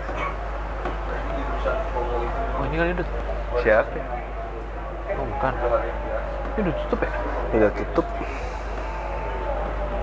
Oh ini kali Dut. Siapa? Oh bukan. Ini udah tutup ya? Udah tutup.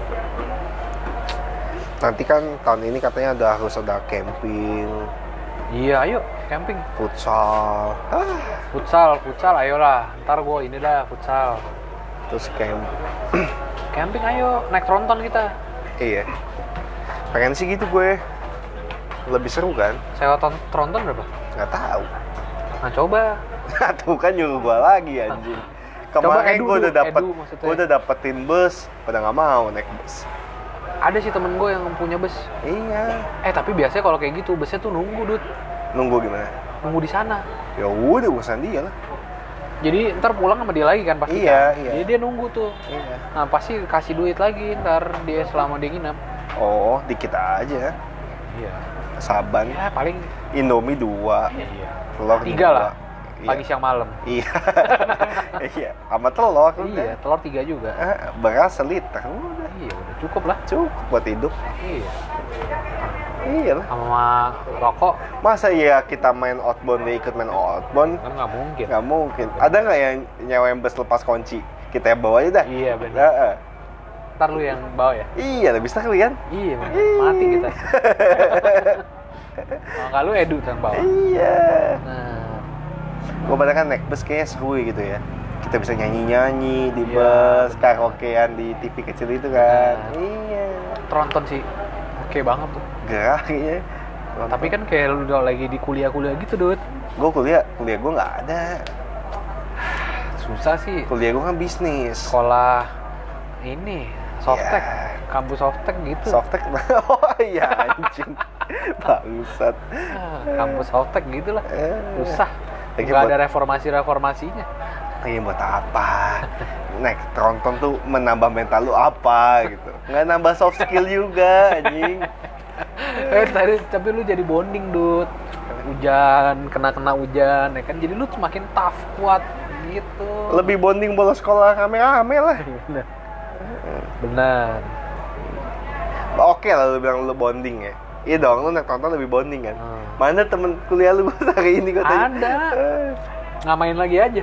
Nanti kan tahun ini katanya harus ada camping. Iya, ayo camping. Futsal. Futsal, ayolah. Ntar gue ini dah futsal. Terus Camping ayo, naik tronton kita. Iya. Pengen sih gitu gue. Lebih seru kan? Sewa tronton berapa? Nggak tahu. Nah coba. Tuh kan nyuruh gue lagi anjing. Kemarin gue udah dapetin bus, pada nggak mau naik bus. Ada sih temen gue yang punya bus. Iya. Tapi biasanya kalau kayak gitu busnya tuh nunggu, Dut. Nunggu gimana? Nunggu di sana. Ya udah urusan dia lah. Jadi ntar pulang sama dia lagi kan pasti. Iya, kan? iya. Jadi dia nunggu tuh. Iya. Nah pasti kasih duit lagi ntar dia selama dia nginep. Oh, dikit aja. Iya. Saban. Ya paling Indomie 2. Iya. Telur 3 2. lah. Pagi siang malam. Iya. Iya, sama telur. Iya, telur 3 juga. Beras seliter. Udah. Iya, udah cukup lah. Cukup buat hidup. Iya. Iya lah. Sama rokok Masa ya kita main outbound, dia ikut main outbound? kan nggak mungkin. Nggak mungkin. Ada nggak yang nyewain bus lepas kunci? Kita yang bawa aja dah. Iya benar. Ntar lu yang bawa ya? Iya, lebih bisa kalian. Iya benar. Mati kita. Kalau lu Edu yang bawa. Iya. Nah, Gue pada kan naik bus kayaknya seru gitu ya. Kita bisa nyanyi-nyanyi di Iya, bus, bener. karaokean di TV kecil itu kan. Nah. Iya. tronton sih. Oke banget tuh. Gerah kayaknya. Tapi kan kayak lu udah lagi di kuliah-kuliah gitu, Dut. Gue kuliah gue nggak ada. Susah sih. Kuliah gue kan bisnis. Sekolah ini softtek, Ya. kampus softtek gitu. Softtek. Oh iya anjing. Bangsat. Kampus softtek gitu lah. Susah. Lagi Nggak buat- ada reformasinya. Lagi buat apa? Naik tronton tuh menambah mental lu apa gitu. Nggak nambah soft skill juga anjing. Tapi lu jadi bonding, Dut. Hujan, kena hujan, ya kan. Jadi lu semakin tough, kuat gitu. Lebih bonding bolos sekolah rame-rame lah. Benar. Oke lah lu bilang lu bonding ya. Iya dong, lu naik tronton lebih bonding kan. Hmm. Mana temen kuliah lu hari ini gue tanya. Ada. Nggak main lagi aja.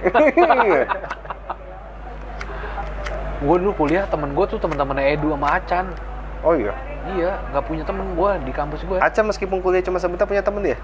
Gue dulu kuliah, temen gue tuh temen-temennya Edu sama Acan. Oh iya. Iya, nggak punya temen gue di kampus gue. Aca meskipun kuliah cuma sebentar punya temen dia?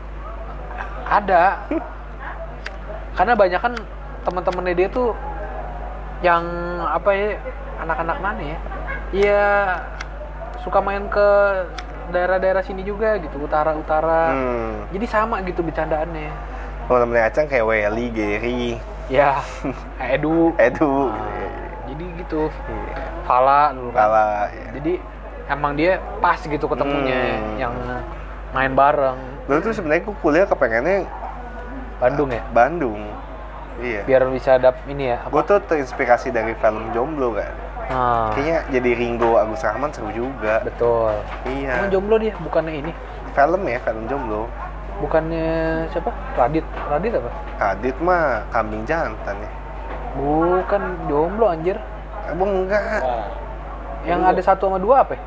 Ada. Karena banyak kan teman-temannya dia tuh yang apa ya, anak-anak mana ya? Iya, suka main ke daerah-daerah sini juga gitu, utara-utara. Jadi sama gitu bercandaannya. Temen-temennya Acang kayak Welly, Gary, Ya, Edu. Edu. Jadi gitu. Fala dulu kan. Kala, ya. Jadi emang dia pas gitu ketemunya yang main bareng. Dulu tuh sebenarnya gue kuliah kepengennya Bandung ya? Bandung. Iya. Biar bisa ini ya. Gue tuh terinspirasi dari film Jomblo kan. Kayaknya jadi Ringo Agus Rahman seru juga. Betul. Iya. Emang jomblo dia, bukannya ini? Film ya, film Jomblo. Bukannya siapa? Radit apa? Adit mah kambing jantan ya. Bukan jomblo anjir. Emang enggak. Yang ada 1 sama 2 apa ya?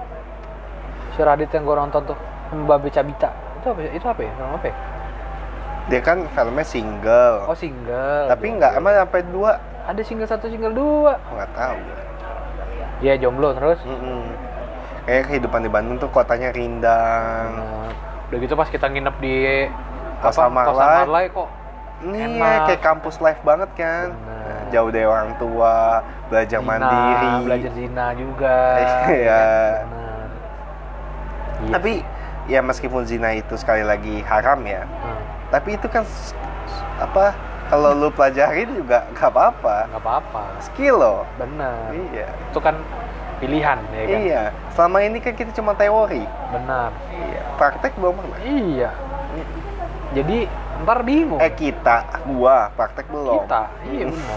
Si Radit yang gue nonton tuh, Mbabe Cabita. Itu apa ya? Film apa ya? Dia kan filmnya single. Oh, single. Tapi enggak, emang sampai 2. Ada single 1, single 2. Enggak tahu. Iya, jomblo terus. Kayak kehidupan di Bandung tuh kotanya rindang. Udah gitu pas kita nginep di Kosan Marlai kok Iya, enak. kayak kampus life banget kan. Bener. Jauh dari orang tua, belajar Zina, mandiri. belajar zina juga. Iya. Bener. Iya Tapi ya meskipun zina itu sekali lagi haram ya. Tapi itu kan apa? Kalau lu pelajarin juga nggak apa-apa. Nggak apa-apa. Skill loh. Bener. Iya. Itu kan pilihan ya kan. Iya. Selama ini kan kita cuma teori. Benar. Iya. Praktek belum pernah. Iya. Jadi ntar bingung. Gua praktek belum. Kita. Iya benar.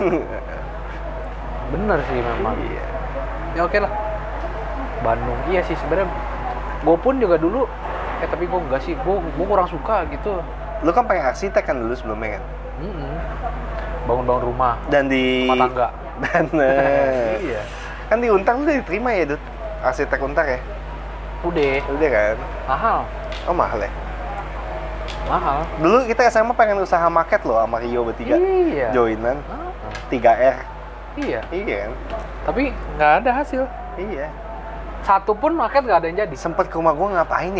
Bener sih memang. Iya. Ya oke lah. Bandung. Iya sih sebenarnya. Gue pun juga dulu. Tapi gue enggak sih. Gue kurang suka gitu. Lu kan pengen arsitek kan dulu sebelumnya kan? Bangun-bangun rumah. Dan di Rumah tangga. Bener. Iya. Kan di Untar lu udah diterima ya, Dut? Arsitek Untar ya? Udah kan? mahal. Oh, mahal ya? Mahal. Dulu kita SMA pengen usaha market loh sama Rio bertiga. Iya. Joinan 3R. Iya. Iya kan? Tapi nggak ada hasil. Iya. Satu pun market nggak ada yang jadi. Sempet ke rumah gua ngapain ya?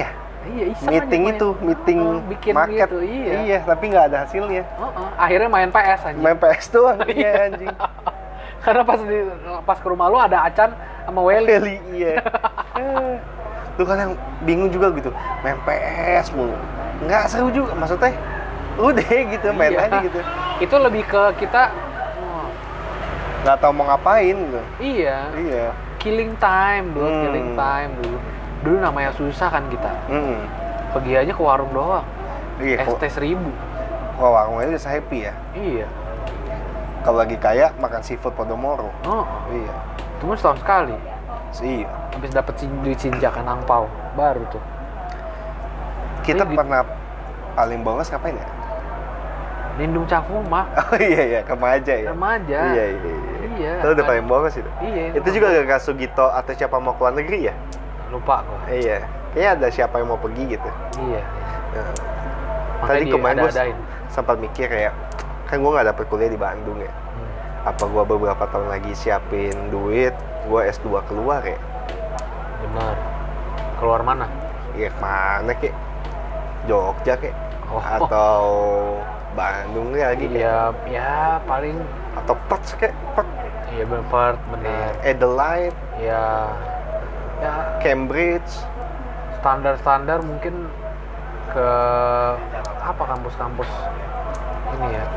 Iya, iseng meeting aja itu, meeting bikin market. gitu, iya. Iya, tapi nggak ada hasilnya. Akhirnya main PS anjing. Main PS doang, iya anjing. Karena pas ke rumah lu ada Acan sama Welly. Welly, iya. Lu kan yang bingung juga gitu, main PS mulu. Nggak seru juga, maksudnya udah gitu, main aja gitu. Itu lebih ke kita Nggak tahu mau ngapain gitu. Iya. Killing time dulu, killing time dulu. Dulu namanya susah kan kita. Pergi aja ke warung doang. Iya, ST 1000. Wah, warungnya bisa happy ya. Iya. Kalau lagi kaya makan seafood Podomoro. Iya. Cuma setahun sekali. Iya. Habis dapat duit sinjakan angpau baru tuh. Kita pernah paling bolos ngapain ya? Lindung Cakung mah. Oh iya, remaja ya. Remaja. Iya. Itu udah paling bolos itu. Iya. Itu juga gak Sugito atau siapa mau keluar negeri ya? Lupa gua. Iya. Kayaknya ada siapa yang mau pergi gitu. Iya. Nah, tadi kemarin gue sempat mikir kayak, kan gue nggak dapet kuliah di Bandung ya. Apa gue beberapa tahun lagi siapin duit, gue S2 keluar ya? Benar. Keluar mana? Ya kemana kek? Jogja kek? Atau Bandung lagi kek? Iya, ya paling. Atau Perth kek? Perth. Iya benar. Adelaide. Ya Cambridge. Standar mungkin ke apa kampus-kampus ini ya?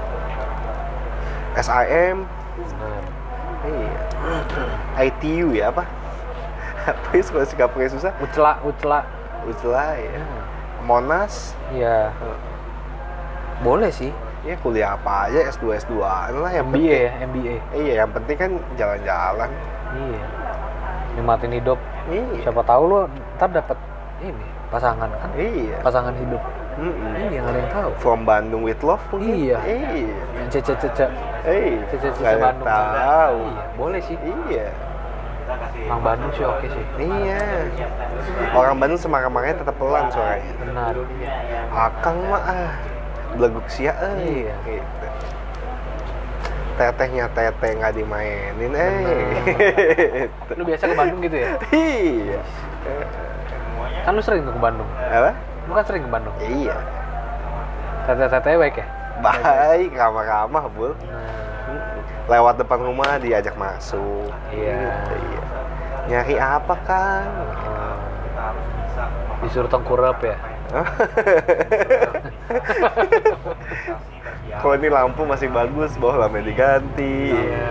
SIM. Benar. Iya. ITU ya apa? Apa ya sekolah Singapura susah? Ucla ya. Monas. Iya. Boleh sih. Ya kuliah apa aja, S2 lah yang MBA ya, MBA. Iya, yang penting kan jalan-jalan. Iya. Nikmatin hidup. Iya. Siapa tahu lo ntar dapat ini pasangan kan? Iya. Pasangan hidup. Iya, nggak ada yang tahu. From Bandung with Love mungkin. Iya. Yang cece. Cece Bandung. Tahu. Iya, boleh sih. Iya. Orang Bandung sih oke sih. Iya. Orang Bandung semarang-marangnya tetap pelan suaranya. Benar. Akang mah beleguk sia Iya. Gitu. Tetehnya teteh nggak dimainin Lu biasa ke Bandung gitu ya? Iya. Kan lu sering tuh ke Bandung. Apa? Lu kan sering ke Bandung. Iya. Teteh baik ya? Baik, ramah-ramah, Bul. Lewat depan rumah diajak masuk. Iya. Gitu, iya. Nyari apa, Kang? Disuruh tengkurap ya? Kalau ini lampu masih bagus, bawah lampu diganti. Iya.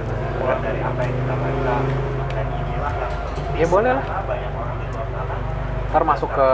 Ya boleh lah. Ntar masuk ke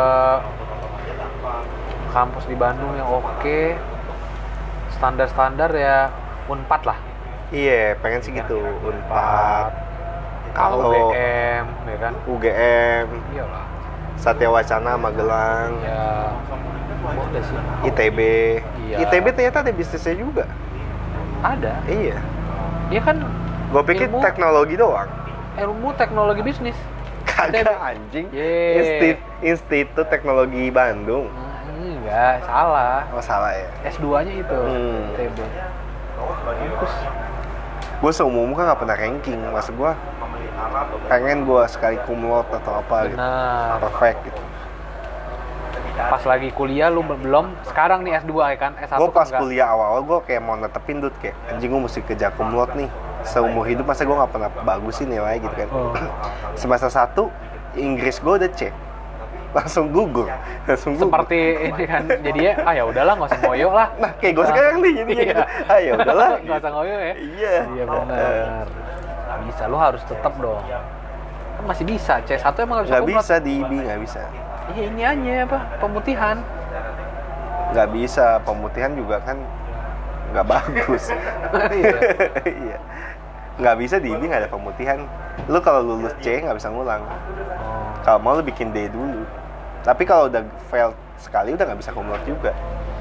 kampus di Bandung yang oke. Standar ya Unpad lah. Iya, pengen sih gitu. Unpad. Kalau UGM, ya kan? UGM. Iyalah. Satya Wacana Magelang. Ya, boleh sih. ITB. Iya. ITB ternyata ada bisnisnya juga. Ada. Iya. Dia kan Gue pikir teknologi doang. Ilmu teknologi bisnis. Kagak anjing. Institut Teknologi Bandung. Enggak, salah. Oh salah ya. S2-nya itu. ITB. Bagus. Gue seumur kan nggak pernah ranking. Maksud gue pengen gue sekali kumlot atau apa. Benar. Gitu. Perfect gitu. Pas lagi kuliah lu belum, sekarang nih S2 ya kan? S1 gue pas kan kuliah awal gue kayak mau netepin dud kayak anjing gue mesti kejar kumlot nih seumur hidup, masa gue nggak pernah bagus sih nilai gitu kan. Semester 1 Inggris gue udah C, langsung gugur. Seperti ini kan, jadinya ya udahlah nggak usah ngoyo lah. Nah kayak gue sekarang nih jadinya iya. Gitu. Ya udahlah nggak usah ngoyo ya. Iya Benar. Bisa, lu harus tetap dong. Kan masih bisa, C1 emang nggak bisa di IB, nggak bisa. Iya ini aja apa, pemutihan. Nggak bisa, pemutihan juga kan nggak bagus. Iya. Nggak bisa di IB, nggak ada pemutihan. Lu kalau lulus C nggak bisa ngulang. Kalau mau lu bikin D dulu. Tapi kalau udah fail sekali udah nggak bisa kumlot juga.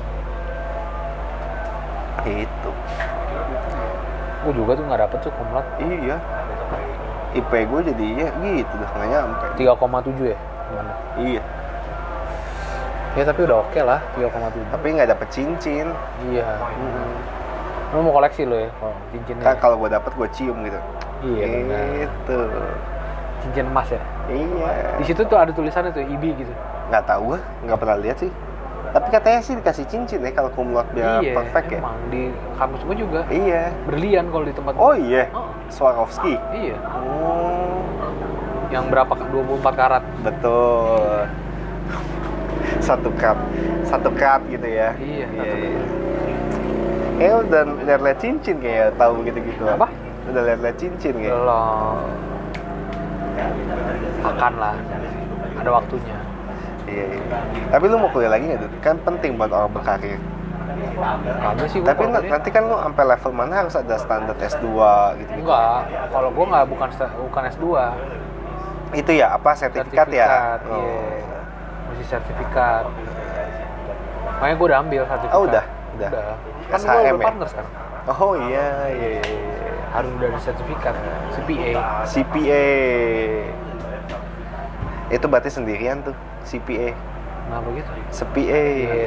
Itu. Gue juga tuh nggak dapet tuh kumlot. Iya. IP gue jadi ya gitu dah, nggak nyampe. 3,7 ya? Gimana? Iya. Ya tapi udah oke lah, 3,7. Tapi nggak dapet cincin. Iya. Lu mau koleksi lo ya, cincinnya? Kan kalau gue dapet gue cium gitu. Iya benar. Gitu. Cincin emas ya? Iya. Di situ tuh ada tulisannya tuh IB gitu. Nggak tahu, nggak pernah lihat sih. Tapi katanya sih dikasih cincin ya kalau kumlot biar perfect ya. Emang di kampus gue juga. Iya. Berlian kalau di tempat. Oh iya. Swarovski. Iya. Oh. Yang berapa? 24 karat. Betul. Satu kat gitu ya. Iya. Udah lihat cincin kayak tahu gitu-gitu. Apa? Udah lihat cincin kayak. Belum. Akan lah. Ada waktunya. Iya. Tapi lu mau kuliah lagi nggak tuh? Kan penting buat orang berkarir. Kagak sih. Tapi nanti kan lu sampai level mana harus ada standar S2 gitu. Enggak. Kalau gue nggak bukan S2. Itu ya apa sertifikat ya? Iya. Masih sertifikat. Makanya gue udah ambil sertifikat. Oh udah. Kan gue udah partner sekarang. Oh iya. Harus udah ada sertifikat CPA. Itu berarti sendirian tuh CPA. Kenapa gitu? CPA.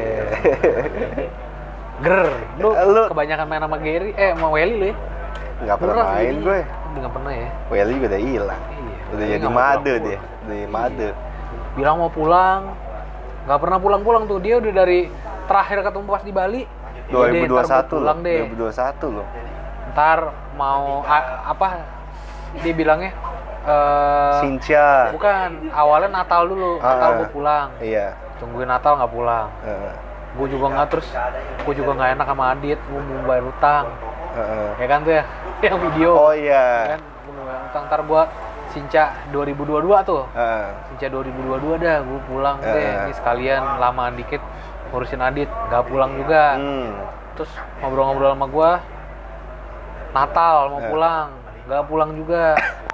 Ger, lu kebanyakan main sama Gary, sama Welly lu ya? Nggak pernah main gue. Nggak pernah ya? Welly juga udah hilang. Iya. Udah jadi made dia. Udah made. Bilang mau pulang, nggak pernah pulang tuh. Dia udah dari terakhir ketemu pas di Bali. 2021 pulang loh. deh. 2021 loh. Ntar mau apa? Dia bilangnya Sincha. bukan, awalnya Natal dulu. Natal gue pulang. Iya. Tungguin Natal nggak pulang. Gue juga nggak enak sama Adit, gue mau bayar utang. Ya kan tuh ya, yang video. Oh iya. Kan, gue mau bayar utang, ntar gue Sinca 2022 tuh. Sinca 2022 dah, gue pulang deh. Ini sekalian lamaan dikit ngurusin Adit, nggak pulang juga. Terus ngobrol-ngobrol sama gue, Natal mau pulang, nggak pulang juga.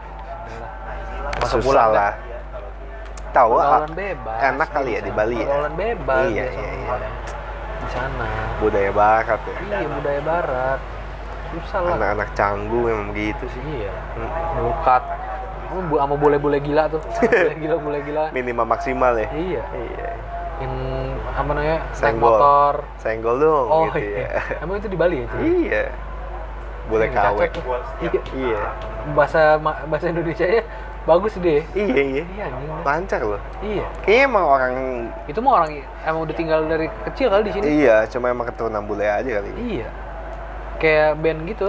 Susah lah. Tahu bebas. Enak kali ya di Bali ya. Pergaulan bebas. Iya. Di sana. Budaya barat ya. Iya, budaya barat. Susah lah. Anak-anak canggu memang gitu sih. Iya. Melukat. Sama bule-bule gila tuh. Bule gila. Minimal maksimal ya. Iya. Yang apa namanya? Naik Senggol. motor. Senggol dong gitu iya. ya. Emang itu di Bali ya? Iya. Boleh KW. Iya. Bahasa Indonesia ya bagus deh. Iya. Anjing. Lancar loh. Iya. Kayaknya emang orang itu mah orang emang udah tinggal dari kecil kali di sini. Iya, cuma emang keturunan bule aja kali. Iya. Kayak band gitu.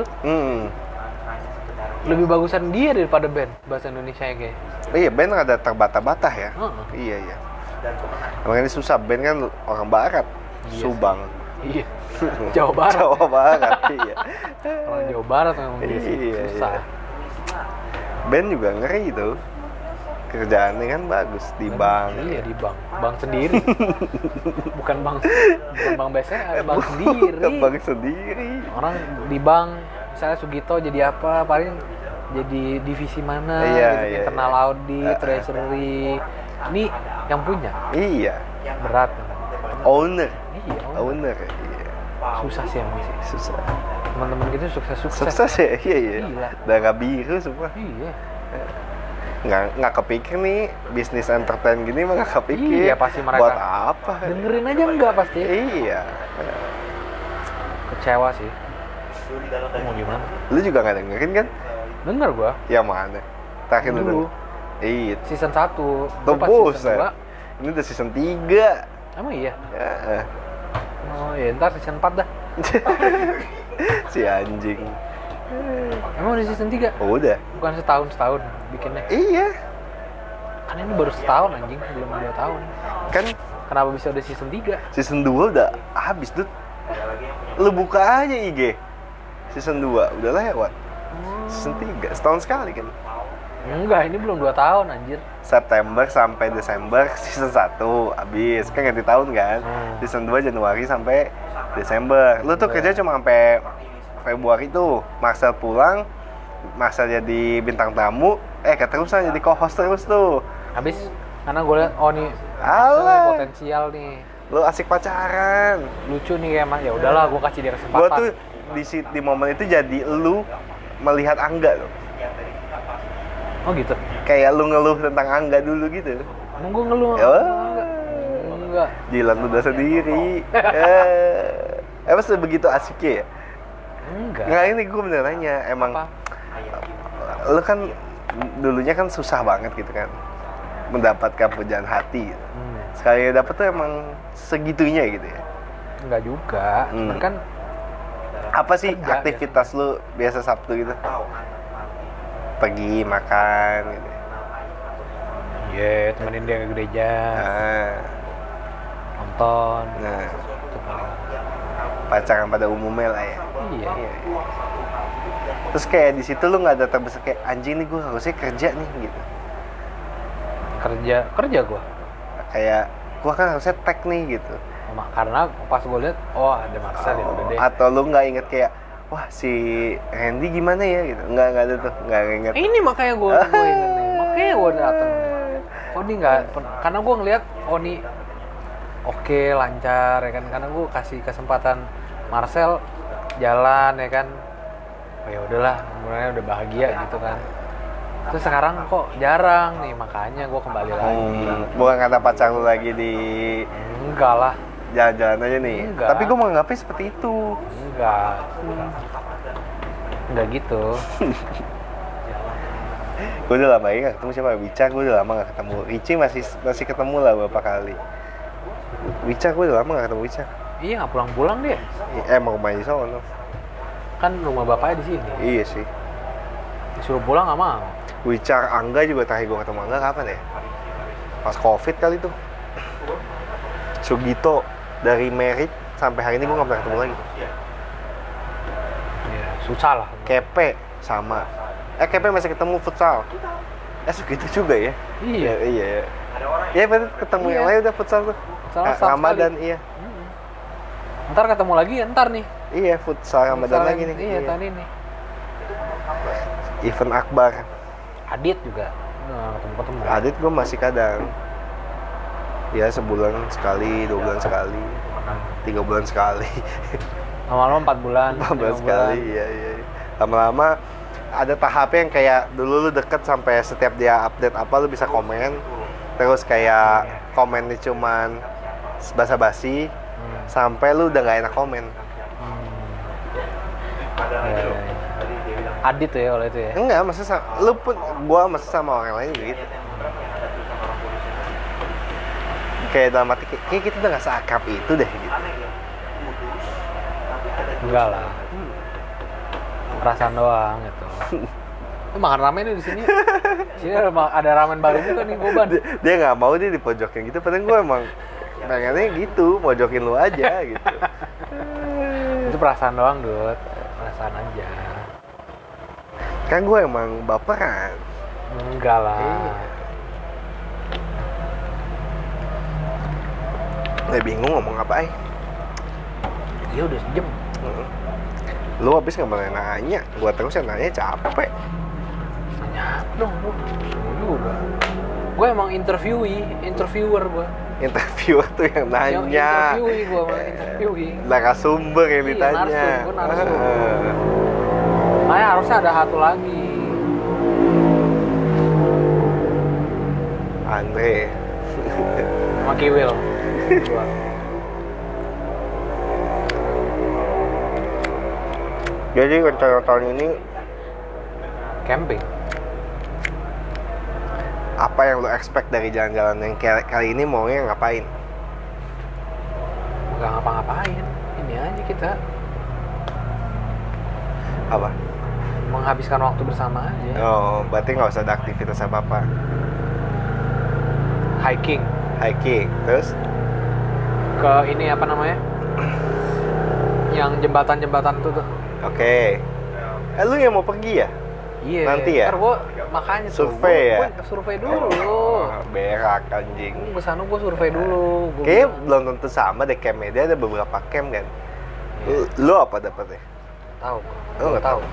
Lebih bagusan dia daripada band bahasa Indonesia ya kayak. Iya, band ada terbata-bata ya. Iya. Makanya susah, band kan orang barat. Iya. Subang. Iya. Jawa Barat. Iya. Orang Jawa Barat memang susah. Iya. Band juga ngeri tuh. Kerjaannya kan bagus di bank. Iya, di bank. Bank sendiri. bukan bank BCA, bank sendiri. Bank sendiri. Orang di bank misalnya Sugito jadi apa? Paling jadi divisi mana? Iya. Internal audit, treasury. Ini yang punya. Iya. Berat. Owner. Iya. Owner. Iya. Susah sih emang sih. Susah. Teman-teman gitu sukses. Sukses ya? Iya. Gila. Darah biru semua. Iya. Nggak kepikir nih bisnis entertain gini mah nggak kepikir. Iya, pasti mereka buat apa? Dengerin aja enggak pasti. Iya. Kecewa sih. Mau gimana? Lu juga nggak dengerin kan? Denger gua. Yang mana? Terakhir lu Dulu. Iya. Season 1. Tuh season 2. Ini udah season 3. Emang iya? Ya. Oh iya, ntar season 4 dah. Si anjing. Emang udah season 3? Oh, udah. Bukan setahun bikinnya. Iya. Kan ini baru setahun anjing, belum 2 tahun. Kan kenapa bisa udah season 3? Season 2 udah habis, Dut. Lu buka aja IG. Season 2 udah lewat. Season 3 setahun sekali kan. Enggak, ini belum 2 tahun anjir. September sampai Desember season 1 habis. Kan ganti tahun kan. Season 2 Januari sampai Desember. Lu tuh kerja cuma sampai Februari tuh. Marcel pulang, Marcel jadi bintang tamu, keterusan jadi co-host terus tuh. Habis karena gue liat nih Alah. potensial nih. Lu asik pacaran. Lucu nih kayak ya udahlah gue kasih dia kesempatan. Gua tuh di momen itu jadi lu melihat Angga loh. Oh gitu. Kayak lu ngeluh tentang Angga dulu gitu. Emang gue ngeluh? Enggak. Jilat udah sendiri. Emang sebegitu asiknya ya? Enggak. Nggak, ini gue bener nanya. Emang apa? Lu kan dulunya kan susah banget gitu kan mendapatkan pujaan hati gitu. Sekali dapet tuh emang segitunya gitu ya? Enggak juga, cuman kan apa sih kerja, aktivitas lu biasa Sabtu gitu? Pergi makan gitu. Iya, temenin dia ke gereja, nonton. Nah, pacaran pada umumnya lah ya. Iya. Terus kayak di situ lu nggak ada terbesit kayak anjing nih gue harusnya kerja nih gitu. Kerja gue. Kayak gue kan harusnya tag nih gitu. Karena pas gue lihat, oh ada Marcel ya udah deh. Atau lu nggak inget kayak wah si Randy gimana ya gitu. Nggak ada tuh, nggak inget. Ini makanya gue inget nih, makanya gue datang. Oh ini nggak, karena gue ngeliat oh ini oke, lancar ya kan, karena gue kasih kesempatan Marcel jalan ya kan. Oh ya udahlah, mulai udah bahagia gitu kan. Terus sekarang kok jarang nih, makanya gue kembali lagi. Bukan kata pacar lu lagi di enggak lah, jalan-jalan aja nih. Enggak. Tapi gue menganggapnya seperti itu. Enggak gitu. Gue udah lama gak ketemu siapa? Wicca gue udah lama gak ketemu. Ricci masih ketemu lah beberapa kali. Wicca gue udah lama gak ketemu Wicca. Iya nggak pulang-pulang dia. Emang rumahnya di sono. Kan rumah bapaknya di sini. Iya sih. Disuruh pulang nggak mau. Wicca Angga juga terakhir gue ketemu Angga kapan ya? Pas Covid kali tuh. Sugito dari Merit sampai hari ini gue nggak pernah ketemu lagi. Iya, susah lah. Kepe sama. Kepe masih ketemu futsal. Sugito juga ya? Iya. Iya. Ya berarti ketemu yang lain udah futsal tuh. Ramadan iya. Ntar ketemu lagi ya ntar nih. Iya futsal Ramadan lagi nih. Iya tahun ini. Event Akbar. Adit juga. Nah, ketemu. Adit gue masih kadang. Ya sebulan sekali, 2 bulan sekali, 3 bulan sekali. Lama-lama 4 bulan. 4 bulan sekali, iya. Lama-lama ada tahapnya yang kayak dulu lu deket sampai setiap dia update apa lu bisa komen. Terus kayak komennya cuman basa-basi sampai lu udah gak enak komen. Adit tuh ya kalau itu ya? Enggak, maksudnya lu pun, gua maksudnya sama orang lain juga gitu. Kayak dalam arti, kayak kita udah gak seakrab itu deh gitu. Enggak lah. Perasaan doang gitu. Lu makan ramen nih di sini. Sini ada ramen baru juga nih Boban. Dia nggak mau dia dipojokin gitu, padahal gue emang pengennya gitu, pojokin lu aja gitu. Itu perasaan doang, Dut. Perasaan aja. Kan gue emang baperan. Enggak lah. Bingung ngomong apa Iya udah sejam. Lu habis nggak pernah nanya, gue terus yang nanya capek. Nanya dong, juga. Gue emang interviewer gue. Interviewer tuh yang nanya. Interviewee gue malah interviewee. Narasumber yang ditanya. Iya, gue narsum. Makanya harusnya ada satu lagi. Andre. Sama Kiwil. Jadi rencana tahun ini camping. Apa yang lo expect dari jalan-jalan yang kali ini maunya ngapain? Gak ngapa-ngapain. Ini aja kita Apa? menghabiskan waktu bersama aja. Oh, berarti nggak usah ada aktivitas apa-apa. Hiking. Terus? Ke ini apa namanya? Yang jembatan-jembatan itu tuh. Oke. Lu yang mau pergi ya? Iya. Nanti ya? Ntar gue makanya survei ya? Gue survei dulu. Berak anjing. Gue kesana gue survei dulu. Kayaknya belum tentu sama deh camp media, ada beberapa camp kan. Lu apa dapetnya? Tahu. Lu nggak tahu?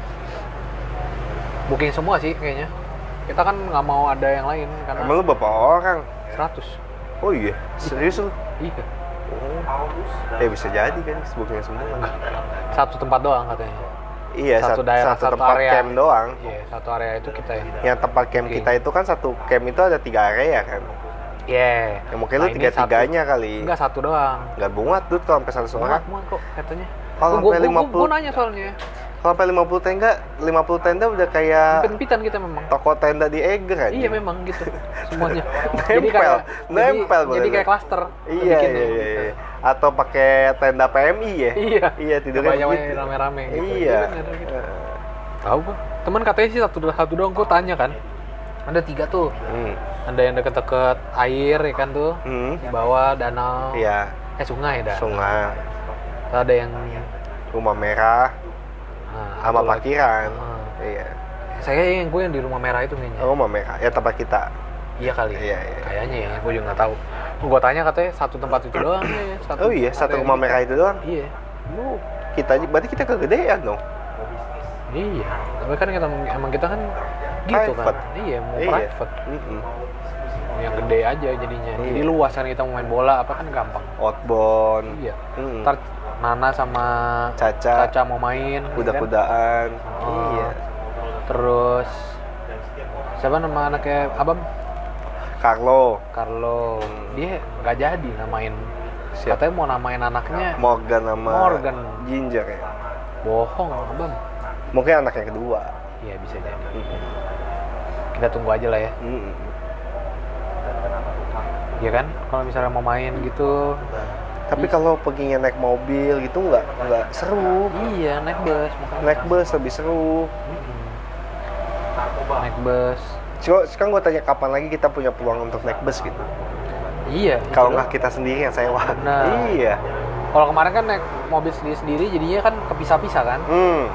Booking semua sih kayaknya. Kita kan nggak mau ada yang lain karena. Emang lu berapa orang? 100. Oh iya, serius lu? Iya. Bisa jadi kan booking semua. Satu tempat doang katanya. Iya, satu daerah, satu tempat area. camp doang. Iya, satu area itu kita yang tempat camp kita itu kan satu camp itu ada 3 area kan. Iya. Ya mungkin lu 3-3-nya kali. Enggak, satu doang. Enggak muat tuh sampai 100 orang. Muat kok katanya. Kalau sampai 50. Gue nanya soalnya. Kalau sampai 50 tenda udah kayak Empit-empitan kita memang. toko tenda di Eger aja. Iya memang gitu semuanya. nempel Jadi kayak klaster. Iya. Atau pakai tenda PMI ya. Iya tidurnya banyak begitu. rame-rame gitu. Iya. Gitu. Tahu gua. Teman katanya sih satu doang, gua tanya kan. Ada 3 tuh. Ada yang deket-deket air ya kan tuh. Di bawah danau. Iya. Sungai dah. Sungai. Ada yang Rumah Merah. Sama parkiran. Iya. Saya yang gue yang di Rumah Merah itu kayaknya. Rumah Merah. Ya tempat kita. Iya kali. Iya. Kayaknya ya, gue juga nggak tahu. Gue tanya katanya satu tempat itu doang ya. Satu Rumah Merah itu doang. Iya. Berarti kita kegedean dong. Iya. Tapi kan kita kan gitu private. kan. Iya, mau private. Yang gede aja jadinya. Jadi luas kan kita mau main bola apa kan gampang. Outbound. Iya. Ntar Nana sama Caca mau main. Kuda-kudaan. Kan? Iya. Terus siapa nama anaknya Abam? Carlo. Dia nggak jadi namain. Katanya mau namain anaknya Morgan sama Morgan. Ginger ya. Bohong Abam. Mungkin anak yang kedua. Iya bisa jadi. Kita tunggu aja lah ya. Iya kan? Kalau misalnya mau main gitu. Tapi kalau perginya naik mobil gitu nggak seru. Iya, naik bus. Naik bus lebih seru. Naik bus. Sekarang gue tanya kapan lagi kita punya peluang untuk naik bus gitu. Iya. Kalau nggak kita sendiri yang sewa. Nah. Iya. Kalau kemarin kan naik mobil sendiri jadinya kan kepisah-pisah kan.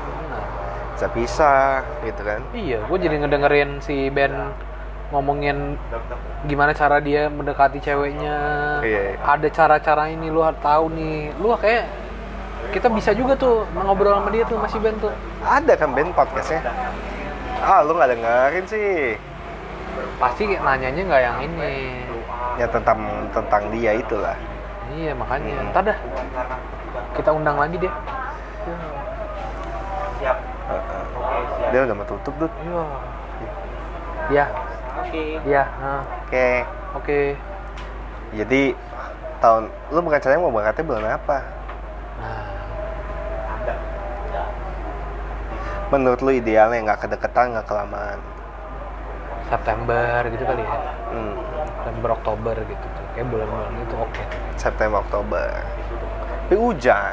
Bisa gitu kan. Iya, gue jadi ngedengerin si Ben ngomongin gimana cara dia mendekati ceweknya. Iya. Ada cara-cara ini lu harus tahu nih. Lu kayak kita bisa juga tuh ngobrol sama dia tuh masih Ben tuh. Ada kan Ben podcastnya? Lu nggak dengerin sih. Pasti nanyanya nggak yang ini. Ya tentang dia itulah. Iya makanya. Ntar dah kita undang lagi dia. Dia udah mau tutup tuh. Iya. Oke. Iya. Oke. Jadi lu rencananya mau berangkatnya bulan apa? Menurut lu idealnya nggak kedekatan, nggak kelamaan? September gitu kali ya. September Oktober gitu tuh. Kayak bulan-bulan itu oke. September Oktober. Tapi hujan.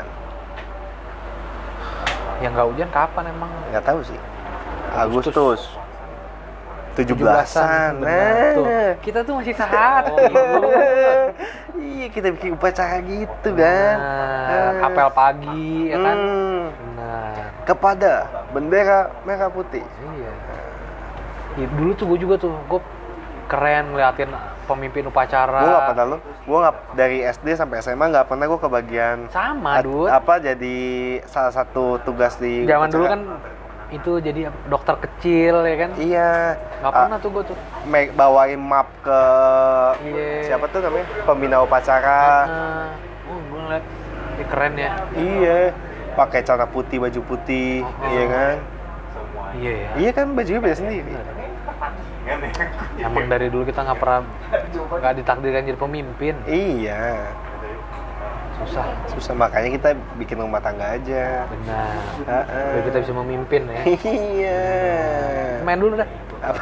Yang nggak hujan kapan emang? Nggak tahu sih. Agustus. 17-an. Tuh. Kita tuh masih sehat. Iya, kita bikin upacara gitu kan. Apel pagi ya kan. Kepada bendera merah putih. Iya. Ya, dulu tuh gue juga tuh, gue keren ngeliatin pemimpin upacara. Gue nggak pernah gue nggak dari SD sampai SMA nggak pernah gue kebagian. Sama, Dut. Jadi salah satu tugas di zaman upacara. dulu kan itu jadi dokter kecil ya kan. Iya. Nggak pernah tuh gue tuh. Bawain map ke siapa tuh namanya pembina upacara. Gue ngeliat, keren ya. Iya. Pakai celana putih, baju putih, iya kan? Iya ya. Iya kan, bajunya beda sendiri. Emang dari dulu kita nggak ditakdirkan jadi pemimpin. Iya. Susah, makanya kita bikin rumah tangga aja. Benar. Biar kita bisa memimpin ya. Iya. Main dulu dah. Apa?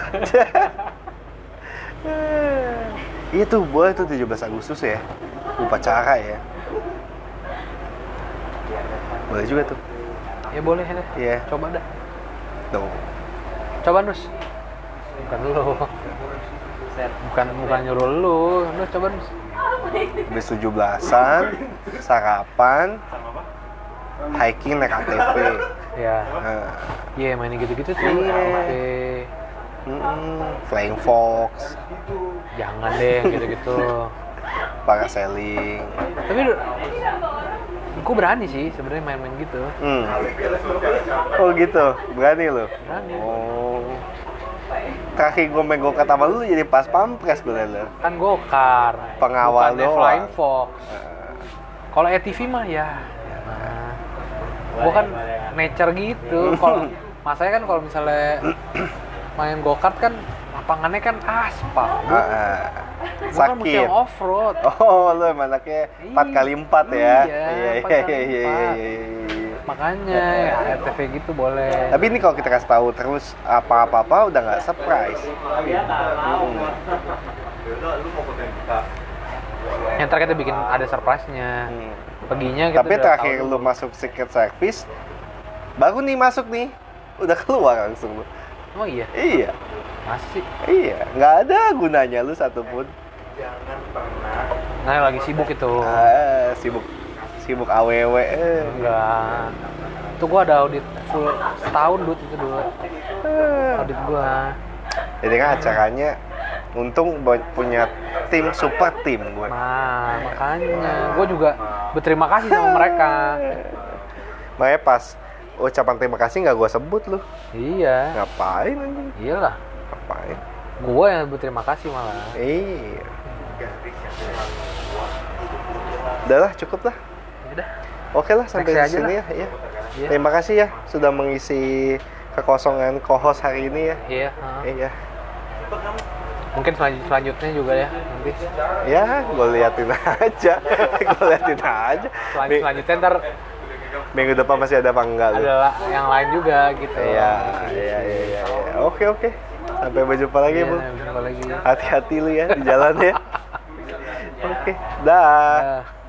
Iya tuh, boleh tuh 17 Agustus ya. Upacara ya. Boleh juga tuh. Ya boleh deh. Iya. Coba dah. Tuh. Coba Nus. Bukan lu. Bukan nyuruh lu. Nus coba Nus. Habis 17-an, sarapan, hiking naik ATV. Ya. Iya, mainin gitu-gitu tuh. Oke. Flying Fox. Jangan deh gitu-gitu. Parasailing. Tapi gue berani sih sebenarnya main-main gitu. Oh gitu, berani lo? Berani. Oh. Terakhir gue main go-kart sama lu jadi pas pampres gue lo. Kan go-kart. Pengawal doang. Flying Fox. Kalau ATV mah ya. Gue kan nature gitu. Kalau masanya kan kalau misalnya main go-kart kan lapangannya kan aspal. Gue kan mesti yang off-road. Oh, lu emang anaknya 4x4 ya? Iya. Makanya ya, RTV gitu boleh. Tapi ini kalau kita kasih tahu terus apa-apa udah nggak surprise. Yang terakhir kita bikin ada surprise-nya. Paginya kita tapi udah terakhir tahu lu masuk Secret Service, baru nih masuk nih, udah keluar langsung lu. Oh iya? Iya. Masih? Iya, nggak ada gunanya lu satupun. Nah lagi sibuk itu. Sibuk AWW. Enggak. Itu gua ada audit full setahun itu dulu. Audit gua. Jadi kan acaranya untung punya tim super tim gue. Nah, makanya gue juga berterima kasih sama mereka. Makanya pas ucapan terima kasih nggak gue sebut lu. Iya. Ngapain anjing? Iyalah. Ngapain? Gue yang berterima kasih malah. Iya. Udahlah, cukup lah. Udah. Oke lah, sampai di sini ya. Iya. Terima kasih ya sudah mengisi kekosongan co-host hari ini ya. Iya. Iya. Mungkin selanjutnya juga ya nanti. Ya, gue liatin aja. Selanjutnya ntar minggu depan masih ada apa enggak lu? Ada yang lain juga gitu. Iya. Oke. Sampai berjumpa lagi, Bu. Berjumpa lagi. Hati-hati lu ya di jalan ya. Oke, dah.